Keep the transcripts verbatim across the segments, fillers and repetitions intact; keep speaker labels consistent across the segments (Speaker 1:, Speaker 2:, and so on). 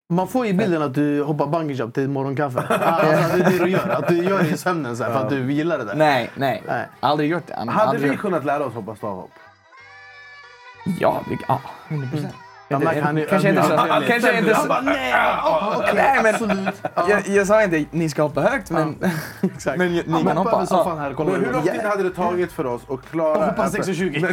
Speaker 1: Man får ju bilden att du hoppar bungee jump till morgonkaffe. Alltså, det är det du gör. Att du gör det i sömnen så här, för att du gillar det där.
Speaker 2: Nej, nej. nej. Aldrig gjort det.
Speaker 3: Hade
Speaker 2: aldrig...
Speaker 3: vi kunnat lära oss hoppa stavhopp?
Speaker 2: Ja, vi... ja, hundra procent.
Speaker 1: Ja, man kan ju...
Speaker 2: Kanske inte så... Kanske inte så...
Speaker 1: Nej, okej, absolut.
Speaker 2: Jag, jag sa inte ni ska hoppa högt, men,
Speaker 1: Exakt.
Speaker 2: men ni kan hoppa.
Speaker 1: Ja. Här,
Speaker 3: men hur lång tid hade det tagit för oss att klara...
Speaker 1: Jag hoppas sex tjugo.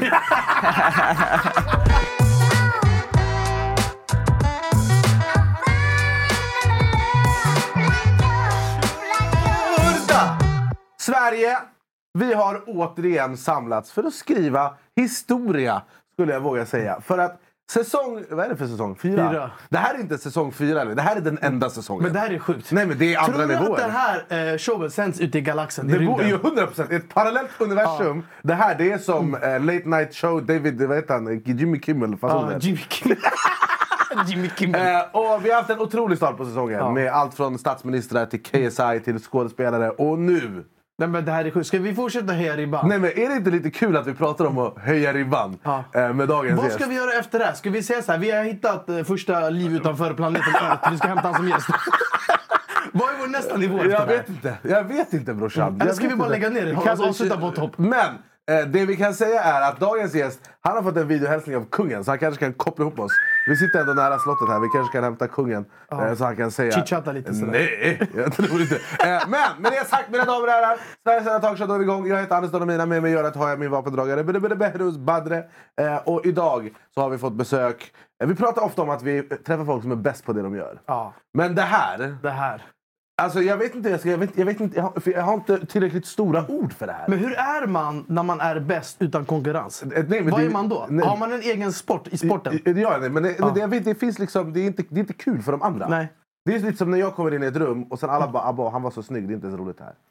Speaker 3: Sverige, vi har återigen samlats för att skriva historia, skulle jag våga säga. För att säsong, vad är det för säsong? Fyra?
Speaker 1: Fyra.
Speaker 3: Det här är inte säsong fyra, eller? Det här är den enda säsongen.
Speaker 1: Men det här är sjukt.
Speaker 3: Nej, men det är andra
Speaker 1: nivåer.
Speaker 3: nivåer.
Speaker 1: Tror du att den här eh, showen sänds ute i galaxen?
Speaker 3: Det är ju hundra procent ett parallellt universum. Ja. Det här, det är som mm. uh, Late Night Show, David, vad heter han? Jimmy Kimmel.
Speaker 1: Ja, Jimmy Kimmel. Jimmy Kimmel.
Speaker 3: Uh, och vi har haft en otrolig start på säsongen. Ja. Med allt från statsministrar till K S I till skådespelare. Och nu...
Speaker 1: Nej, men det här är sjukt. Ska vi fortsätta höja ribban?
Speaker 3: Nej, men är det inte lite kul att vi pratar om att höja ribban
Speaker 1: ja.
Speaker 3: eh, med dagens
Speaker 1: Vad
Speaker 3: gäst?
Speaker 1: ska vi göra efter det här? Ska vi säga så här, vi har hittat eh, första liv utanför planeten Earth. Vi ska hämta han som gäst. Vad är vår nästa nivå efter
Speaker 3: Jag
Speaker 1: det?
Speaker 3: vet inte. Jag vet inte, brorsan.
Speaker 1: Mm. Eller ska vi bara lägga ner det? Kan avsluta på topp.
Speaker 3: Men eh, det vi kan säga är att dagens gäst, han har fått en videohälsning av kungen. Så han kanske kan koppla ihop oss. Vi sitter ändå nära slottet här. Vi kanske kan hämta kungen.
Speaker 1: Ja.
Speaker 3: Eh, så han kan säga...
Speaker 1: Chitchatta lite sådär.
Speaker 3: Nej, jag tror inte. Eh, men med det sagt, mina damer och herrar. Sveriges enda talkshow, då är vi igång. Jag heter Anders Dolomina. Med mig gör att har jag min vapendragare Behruz Badre. Eh, och idag så har vi fått besök. Eh, vi pratar ofta om att vi träffar folk som är bäst på det de gör.
Speaker 1: Ja.
Speaker 3: Men det här...
Speaker 1: Det här...
Speaker 3: Alltså jag vet inte, jag, ska, jag, vet, jag vet inte, jag har, jag har inte tillräckligt stora ord för det här.
Speaker 1: Men hur är man när man är bäst utan konkurrens?
Speaker 3: Nej, men
Speaker 1: Vad
Speaker 3: det,
Speaker 1: är man då?
Speaker 3: Nej,
Speaker 1: har man en egen sport i sporten?
Speaker 3: Ja, nej, men, det,
Speaker 1: ja.
Speaker 3: men det, jag vet, det finns liksom, det är, inte, det är inte kul för de andra.
Speaker 1: Nej.
Speaker 3: Det är lite som när jag kommer in i ett rum och sen alla bara, Abba, han var så snygg, det är inte så roligt här.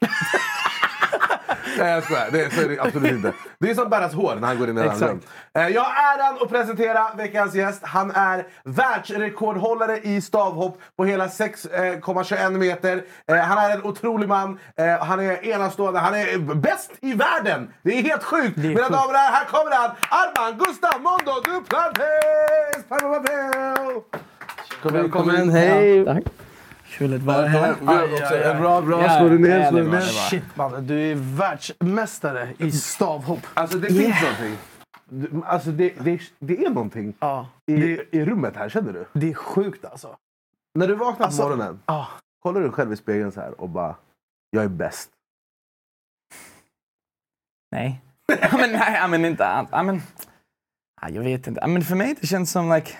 Speaker 3: Nej, jag skojar. Det är, så är det absolut inte. Det är som Berras hår när han går in i ett rum. Jag har äran att presentera veckans gäst. Han är världsrekordhållare i stavhopp på hela sex komma tjugoett meter. Han är en otrolig man. Han är enastående. Han är bäst i världen. Det är helt sjukt. Är Mina sjukt. damer och herrar, här kommer han. Arman Gustav Mondo Duplantis.
Speaker 1: Välkommen, hej.
Speaker 2: Ja, tack. Kul att vara här.
Speaker 3: Bra, bra. Slå dig ner, slå dig ner.
Speaker 1: Shit, man. Du är världsmästare i stavhopp.
Speaker 3: Alltså, det finns yeah. någonting. Alltså, det, det, det är någonting
Speaker 1: ja.
Speaker 3: i, i rummet här, känner du?
Speaker 1: Det är sjukt, alltså.
Speaker 3: När du vaknar alltså, på morgonen,
Speaker 1: ja.
Speaker 3: kollar du själv i spegeln så här och bara, jag är bäst.
Speaker 2: Nej. men nej, men inte. I mean, jag vet inte. I mean, för mig det känns som like...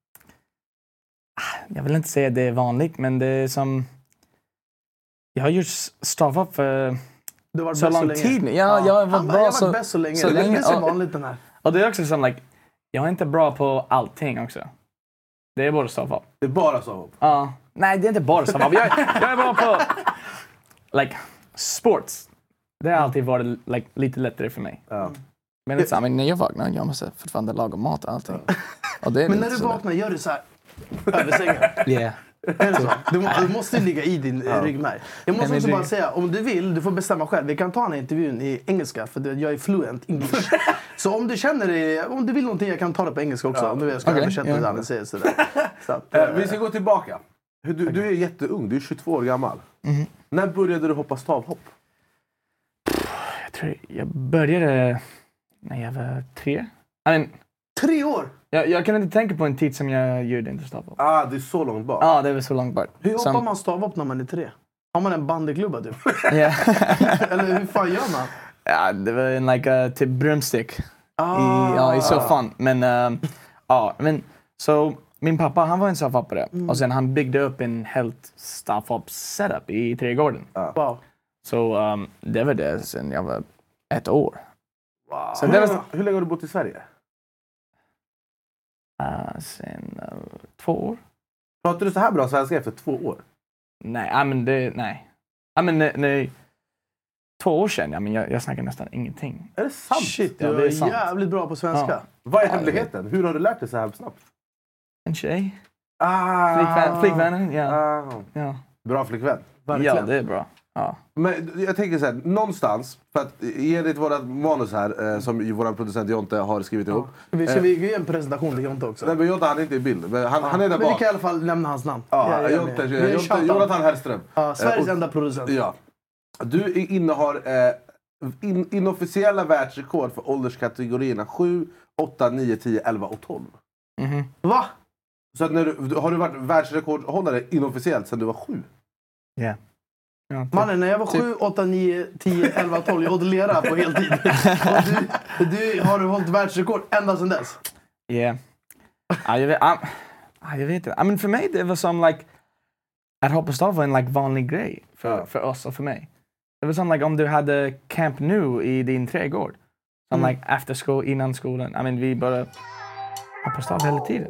Speaker 2: Jag vill inte säga att det är vanligt, men det är som... Jag har gjort stavhopp för så lång så tid nu. Ja, ja. Jag har varit bra
Speaker 1: jag
Speaker 2: så,
Speaker 1: bäst så länge.
Speaker 2: Så
Speaker 1: det
Speaker 2: länge.
Speaker 1: är så vanligt den här.
Speaker 2: Och det är också som, like, jag är inte bra på allting också. Det är bara stavhopp.
Speaker 3: Det är bara stavhopp?
Speaker 2: Ja. Uh, nej, det är inte bara stavhopp. jag, jag är bra på like, sports. Det har alltid varit like, lite lättare för mig.
Speaker 3: Ja.
Speaker 2: Men det är men när jag vaknar, jag måste fortfarande laga mat och allting. Och det är
Speaker 1: men när du vaknar, gör du så här över sängen?
Speaker 2: Yeah.
Speaker 1: Är det så? Du, må, du måste ligga i din ja. ryggmärg. Jag måste också bara säga, om du vill, du får bestämma själv. Vi kan ta den här intervjun i engelska, för jag är fluent English. Så om du känner dig, om du vill någonting, jag kan ta det på engelska också. Ja. Om du vill, jag ska okay. översätta yeah. det han säger sådär. Så att,
Speaker 3: äh, vi ska gå tillbaka. Du, du, du är jätteung, du är tjugotvå år gammal.
Speaker 2: Mm.
Speaker 3: När började du hoppa stavhopp?
Speaker 2: Jag tror jag började när jag var tre. I mean,
Speaker 1: tre år?
Speaker 2: Jag, jag kan inte tänka på en tid som jag gjorde inte stavhopp.
Speaker 3: Ah, det är så långt bak.
Speaker 2: Ja, ah, det var så långt bak.
Speaker 1: Hur hoppar
Speaker 2: som...
Speaker 1: man stavhopp när man är tre? Har man en bandyklubba typ?
Speaker 2: Yeah.
Speaker 1: Eller hur fan gör man?
Speaker 2: Ja, det var en like, uh, typ broomstick.
Speaker 1: Ah.
Speaker 2: I, ja, i så fun. Men, uh, ja, men så min pappa, han var en stavhoppare. Mm. Och sen han byggde upp en helt stavhopp setup i trädgården.
Speaker 1: Ah. Wow.
Speaker 2: Så um, det var det sen jag var ett år.
Speaker 3: Wow.
Speaker 2: Så
Speaker 3: hur,
Speaker 2: det
Speaker 3: länge,
Speaker 2: var...
Speaker 3: hur länge har du bott i Sverige?
Speaker 2: Uh, sen uh, två år.
Speaker 3: Pratar du så här bra svenska efter två år?
Speaker 2: Nej, I men det, nej. I men, nej, nej. Två år sedan, ja, men jag, jag snackar nästan ingenting.
Speaker 3: Är det sant?
Speaker 1: Shit,
Speaker 2: ja,
Speaker 1: du
Speaker 2: det är
Speaker 1: är
Speaker 2: sant.
Speaker 1: jävligt bra på svenska. Ja.
Speaker 3: Vad är hemligheten? Hur har du lärt dig så här snabbt?
Speaker 2: En tjej.
Speaker 3: Ah.
Speaker 2: Flickvän, flickvännen, ja.
Speaker 3: Ah.
Speaker 2: ja.
Speaker 3: Bra flickvän.
Speaker 2: Verkligen. Ja, det är bra. Ja.
Speaker 3: Men jag tänker så här, någonstans, för att enligt vårat manus här, eh, som ju vår producent Jonte har skrivit ihop.
Speaker 1: Ja. Vi ska vi ge en presentation till Jonte också?
Speaker 3: Nej, men Jonte han är inte i bild. Men han,
Speaker 1: ja.
Speaker 3: han är där
Speaker 1: men
Speaker 3: bak.
Speaker 1: vi kan i alla fall nämna hans namn.
Speaker 3: Ja,
Speaker 1: ja,
Speaker 3: Jonte, Jonte, Jonathan Hellström.
Speaker 1: Ja, Sveriges
Speaker 3: eh,
Speaker 1: enda producent.
Speaker 3: Ja. Du innehar eh, in, inofficiella världsrekord för ålderskategorierna sju, åtta, nio, tio, elva och tolv.
Speaker 2: Mm-hmm.
Speaker 1: Va?
Speaker 3: Så att när du, har du varit världsrekordhållare inofficiellt sedan du var sju?
Speaker 2: Ja. Yeah. Ja, typ.
Speaker 1: Mannen, när jag var sju, åtta, nio, tio, elva, tolv, jag åt lera på heltid. Och du, du har du hållit världsrekord ända sedan dess?
Speaker 2: Ja. Yeah. Ja, jag vet, um, jag vet inte. I mean, för mig det var som like att hoppa stav var en like vanlig grej för, ja. för oss och för mig. Det var som like om du hade camp nu i din trädgård. Som mm. like efter skolan, innan skolan. I mean, vi bara hoppa stav hela tiden.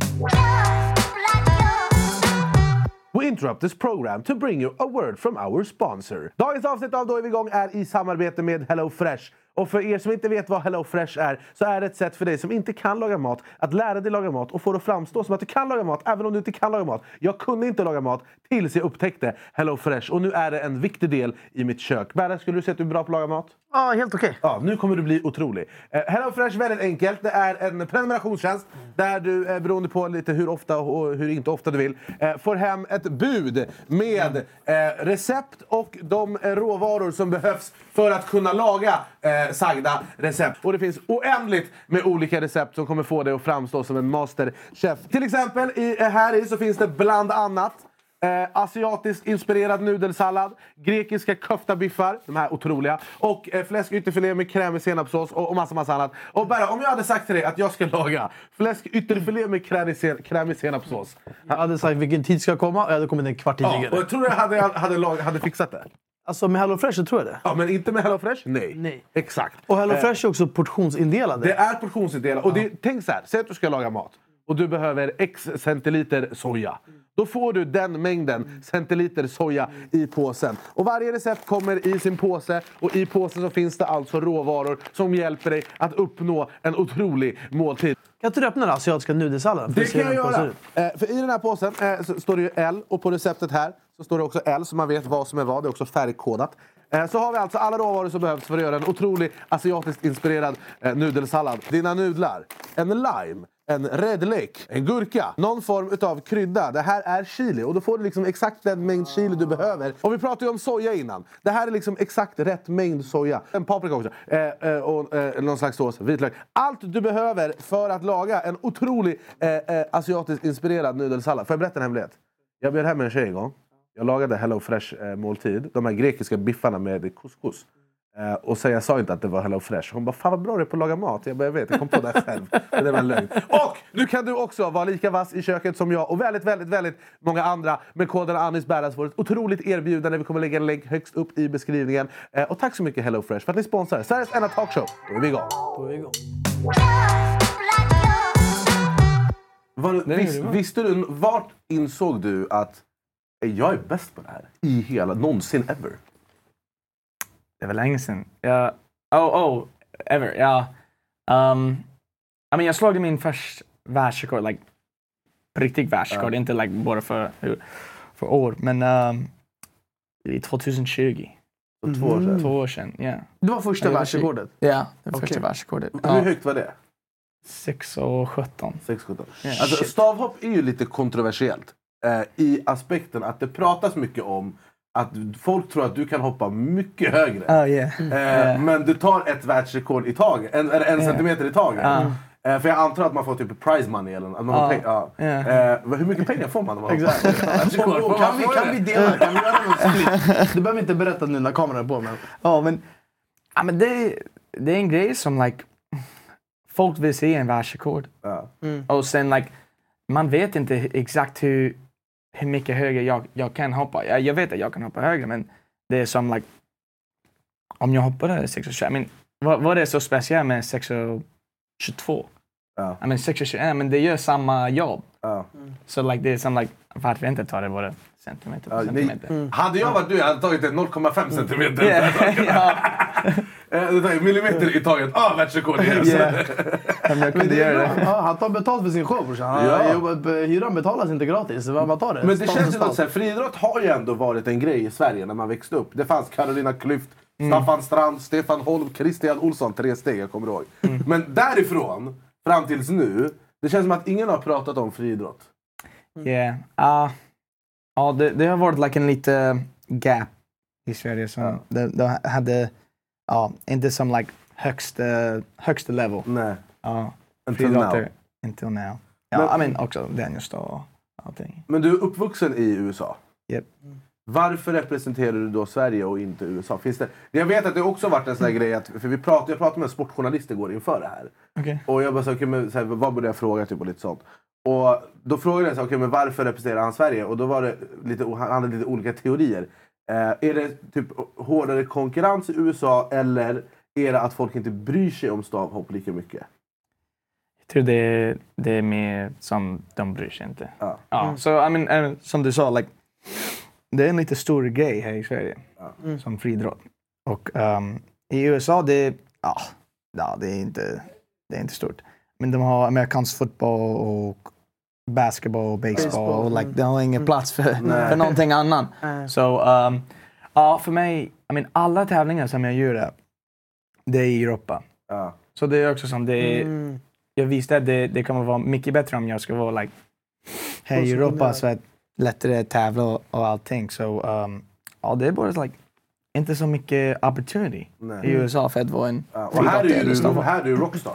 Speaker 3: We interrupt this program to bring you a word from our sponsor. Dagens avsnitt av Då är vi igång är i samarbete med HelloFresh. Och för er som inte vet vad HelloFresh är så är det ett sätt för dig som inte kan laga mat att lära dig laga mat och få det att framstå som att du kan laga mat även om du inte kan laga mat. Jag kunde inte laga mat tills jag upptäckte HelloFresh och nu är det en viktig del i mitt kök. Berra, skulle du säga att du är bra på att laga mat?
Speaker 1: Ja, helt okej. Okay.
Speaker 3: Ja, nu kommer du bli otrolig. Eh, HelloFresh är väldigt enkelt. Det är en prenumerationstjänst där du, eh, beroende på lite hur ofta och hur inte ofta du vill, eh, får hem ett bud med eh, recept och de eh, råvaror som behövs för att kunna laga eh, sagda recept. Och det finns oändligt med olika recept som kommer få dig att framstå som en masterchef. Till exempel i, eh, här i så finns det bland annat Eh, asiatisk inspirerad nudelsallad, grekiska köftabiffar, de här otroliga, och eh, fläskytterfilé med krämig senapssås och, och massa massa annat. Och bara om jag hade sagt till dig att jag ska laga fläskytterfilé med krämig, krämig senapssås.
Speaker 1: Jag hade sagt vilken tid ska komma och jag hade kommit en kvart tidigare.
Speaker 3: Ja, och jag tror jag hade, hade, lag, hade fixat det.
Speaker 1: Alltså med HelloFresh så tror jag det.
Speaker 3: Ja, men inte med HelloFresh? Nej.
Speaker 1: Nej.
Speaker 3: Exakt.
Speaker 1: Och HelloFresh är också portionsindelade.
Speaker 3: Det är portionsindelade. Och det, tänk så här, säg att du ska laga mat. Och du behöver x centiliter soja. Då får du den mängden centiliter soja i påsen. Och varje recept kommer i sin påse. Och i påsen så finns det alltså råvaror som hjälper dig att uppnå en otrolig måltid.
Speaker 1: Kan inte du öppna den asiatiska nudelsalladen?
Speaker 3: Det kan jag göra. Eh, för i den här påsen eh, så står det ju L. Och på receptet här så står det också L. Så man vet vad som är vad. Det är också färgkodat. Eh, så har vi alltså alla råvaror som behövs för att göra en otrolig asiatiskt inspirerad eh, nudelsallad. Dina nudlar. En lime. En rädlek, en gurka, någon form utav krydda. Det här är chili och då får du liksom exakt den mängd chili du behöver. Och vi pratade ju om soja innan. Det här är liksom exakt rätt mängd soja. En paprika också. Eh, eh, och eh, någon slags sås, vitlök. Allt du behöver för att laga en otrolig eh, eh, asiatiskt inspirerad nudelsallad. Får jag berätta en hemlighet? Jag bjöd hem en tjej en gång. Jag lagade HelloFresh eh, måltid. De här grekiska biffarna med couscous. Uh, och så jag sa inte att det var HelloFresh. Hon bara, fan vad bra du är på att laga mat. Jag bara, jag vet, jag kom på det själv. Men det var en lögn. Och nu kan du också vara lika vass i köket som jag. Och väldigt, väldigt, väldigt många andra. Med koden ANISBERRAS får ett otroligt erbjudande. Vi kommer lägga en länk högst upp i beskrivningen. Uh, och tack så mycket HelloFresh för att ni sponsrar Sveriges enda talkshow. Då är vi igång.
Speaker 1: Då är vi igång.
Speaker 3: Var, vis, visste du, vart insåg du att jag är bäst på det här? I hela, någonsin ever?
Speaker 2: Det var länge sedan. Ja, oh, oh, ever, ja. Um, I mean, jag slog min första världsrekord, like, på riktigt världsrekord, uh. inte like, bara för, för år, men um, i tjugohundratjugo.
Speaker 3: Mm. Två år sedan?
Speaker 2: Två år sedan, ja. Yeah.
Speaker 1: Det var första världsrekordet?
Speaker 2: Ja, det var okay. första världsrekordet.
Speaker 3: Hur ja. högt var det?
Speaker 2: sex och sjutton.
Speaker 3: sex sjutton. Yeah. Alltså, stavhopp är ju lite kontroversiellt eh, i aspekten att det pratas mycket om att folk tror att du kan hoppa mycket högre.
Speaker 2: Oh, yeah. mm.
Speaker 3: eh, yeah. Men du tar ett världsrekord i taget. En, en yeah. centimeter i taget. Uh. Eh, för jag antar att man får typ prize money eller att man uh. får peng- ja. yeah. eh, hur mycket pengar får man när man
Speaker 1: Exakt. kan, vi, kan vi dela? Kan vi göra något split? Du behöver inte berätta nu när kameran är på. Men,
Speaker 2: ja, men, ja, men det, det är en grej som like, folk vill se en världsrekord. Uh. Mm. Och sen like, man vet inte exakt hur hur mycket högre jag, jag kan hoppa. Jag, jag vet att jag kan hoppa högre, men det är som like, om jag hoppar där sex och tjugo, I mean, vad, vad är det så speciellt med sex och tjugotvå? Ja. I mean, sex och tjugo, men det gör samma jobb. Ja. Mm. Så like, det är som like, varför inte tar det bara centimeter på ja, centimeter.
Speaker 3: Mm. Hade jag varit du, jag hade tagit det noll komma fem centimeter.
Speaker 2: Yeah. ja.
Speaker 3: Eh, det tar millimeter i taget. Ah, världsrekord igen.
Speaker 2: Yeah. jag kunde göra det.
Speaker 1: Ja, han tar betalt för sin show, brorsan.
Speaker 3: Ja.
Speaker 1: Hyran betalas inte gratis. Man tar det.
Speaker 3: Men det känns ju att så här, friidrott har ju ändå varit en grej i Sverige när man växte upp. Det fanns Carolina Klüft, mm. Staffan Strand, Stefan Holm, Christian Olsson, tre steg, jag kommer ihåg. Mm. Men därifrån, fram tills nu, det känns som att ingen har pratat om friidrott.
Speaker 2: Ja, yeah. uh, ja det, det har varit like en lite gap i Sverige som ja. de, de hade, ja, inte som like högsta, högsta level.
Speaker 3: Nej.
Speaker 2: Ja,
Speaker 3: until now.
Speaker 2: Until now. Ja, men, I mean, också Daniel Starr och allting.
Speaker 3: Men du är uppvuxen i U S A.
Speaker 2: Yep.
Speaker 3: Varför representerar du då Sverige och inte U S A? Finns det, jag vet att det också varit en sån här grej, att, för vi pratade, jag pratade med en sportjournalist igår inför det här.
Speaker 2: Okay.
Speaker 3: Och jag bara så, okay, men, så här, vad borde jag fråga typ, och lite sånt. Och då frågade jag så, okay, men varför representerar han Sverige? Och då var det lite, han hade lite olika teorier. Eh, är det typ hårdare konkurrens i U S A, eller är det att folk inte bryr sig om stavhopp lika mycket?
Speaker 2: Jag tror det är, det är mer som de bryr sig inte.
Speaker 3: Ja.
Speaker 2: Ja, mm. Så I mean, uh, som du sa, like, det är en lite stor grej här i Sverige, mm. som friidrott. Och um, i U S A, det, ja, ja, det, är inte, det är inte stort. Men de har amerikansk fotboll och basketball och baseball. baseball. Och like, de har ingen plats för, för någonting annat. Så um, ja, för mig, I mean, alla tävlingar som jag gör, det är i Europa.
Speaker 3: Ja.
Speaker 2: Så det är också som det är, mm. jag visste att det, det kommer vara mycket bättre om jag ska vara like, här i Europa, så att lättare tävla och, och allting. Så um, ja, det är bara like, inte så mycket opportunity Nej. i U S A för att vara en
Speaker 3: ja, och här är du, här är du rockstar.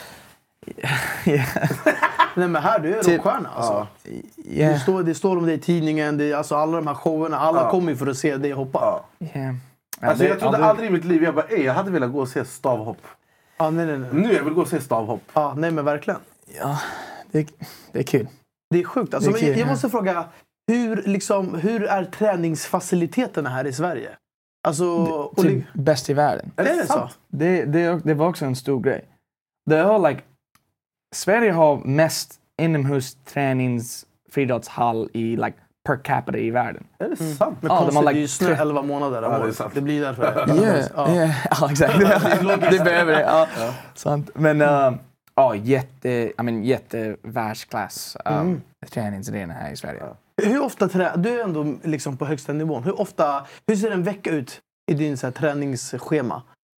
Speaker 2: Yeah.
Speaker 1: Nej, men här du är rockstjärna alltså. Yeah. Det, står, det står om det i tidningen, det, alltså alla de här showerna, alla ja. kommer för att se dig hoppa.
Speaker 2: Ja. Yeah.
Speaker 3: Alltså, jag trodde aldrig i mitt liv, jag bara, ej, jag hade velat gå och se stavhopp.
Speaker 1: Ja, nej, nej, nej.
Speaker 3: Nu jag vill gå och se stavhopp.
Speaker 1: Ja, nej men verkligen.
Speaker 2: Ja, det, det är kul.
Speaker 1: Det är sjukt. Alltså,
Speaker 2: det är kul,
Speaker 1: jag, jag
Speaker 2: ja.
Speaker 1: måste fråga, hur, liksom, hur är träningsfaciliteterna här i Sverige? Alltså,
Speaker 2: det, typ bäst i världen.
Speaker 1: Är det, är det så?
Speaker 2: Det, det, det var också en stor grej. Det har like, Sverige har mest inomhus tränings friidrottshall i like per capita i världen.
Speaker 3: Är det sant? Mm.
Speaker 1: Men ja, konstigt, de har like, det är ju snö elva månader
Speaker 3: ja, det, är
Speaker 1: det blir därför.
Speaker 2: Yeah, ja, yeah. ja exakt. Det behöver det. Ja. Ja. Sant. Men uh, ja, jätte, I mean, jätte världsklass um, mm. träningsarena här i Sverige. Ja.
Speaker 1: Hur ofta tränar du? Är ändå liksom på högsta nivån. Hur ofta, hur ser en vecka ut i din så här, träningsschema?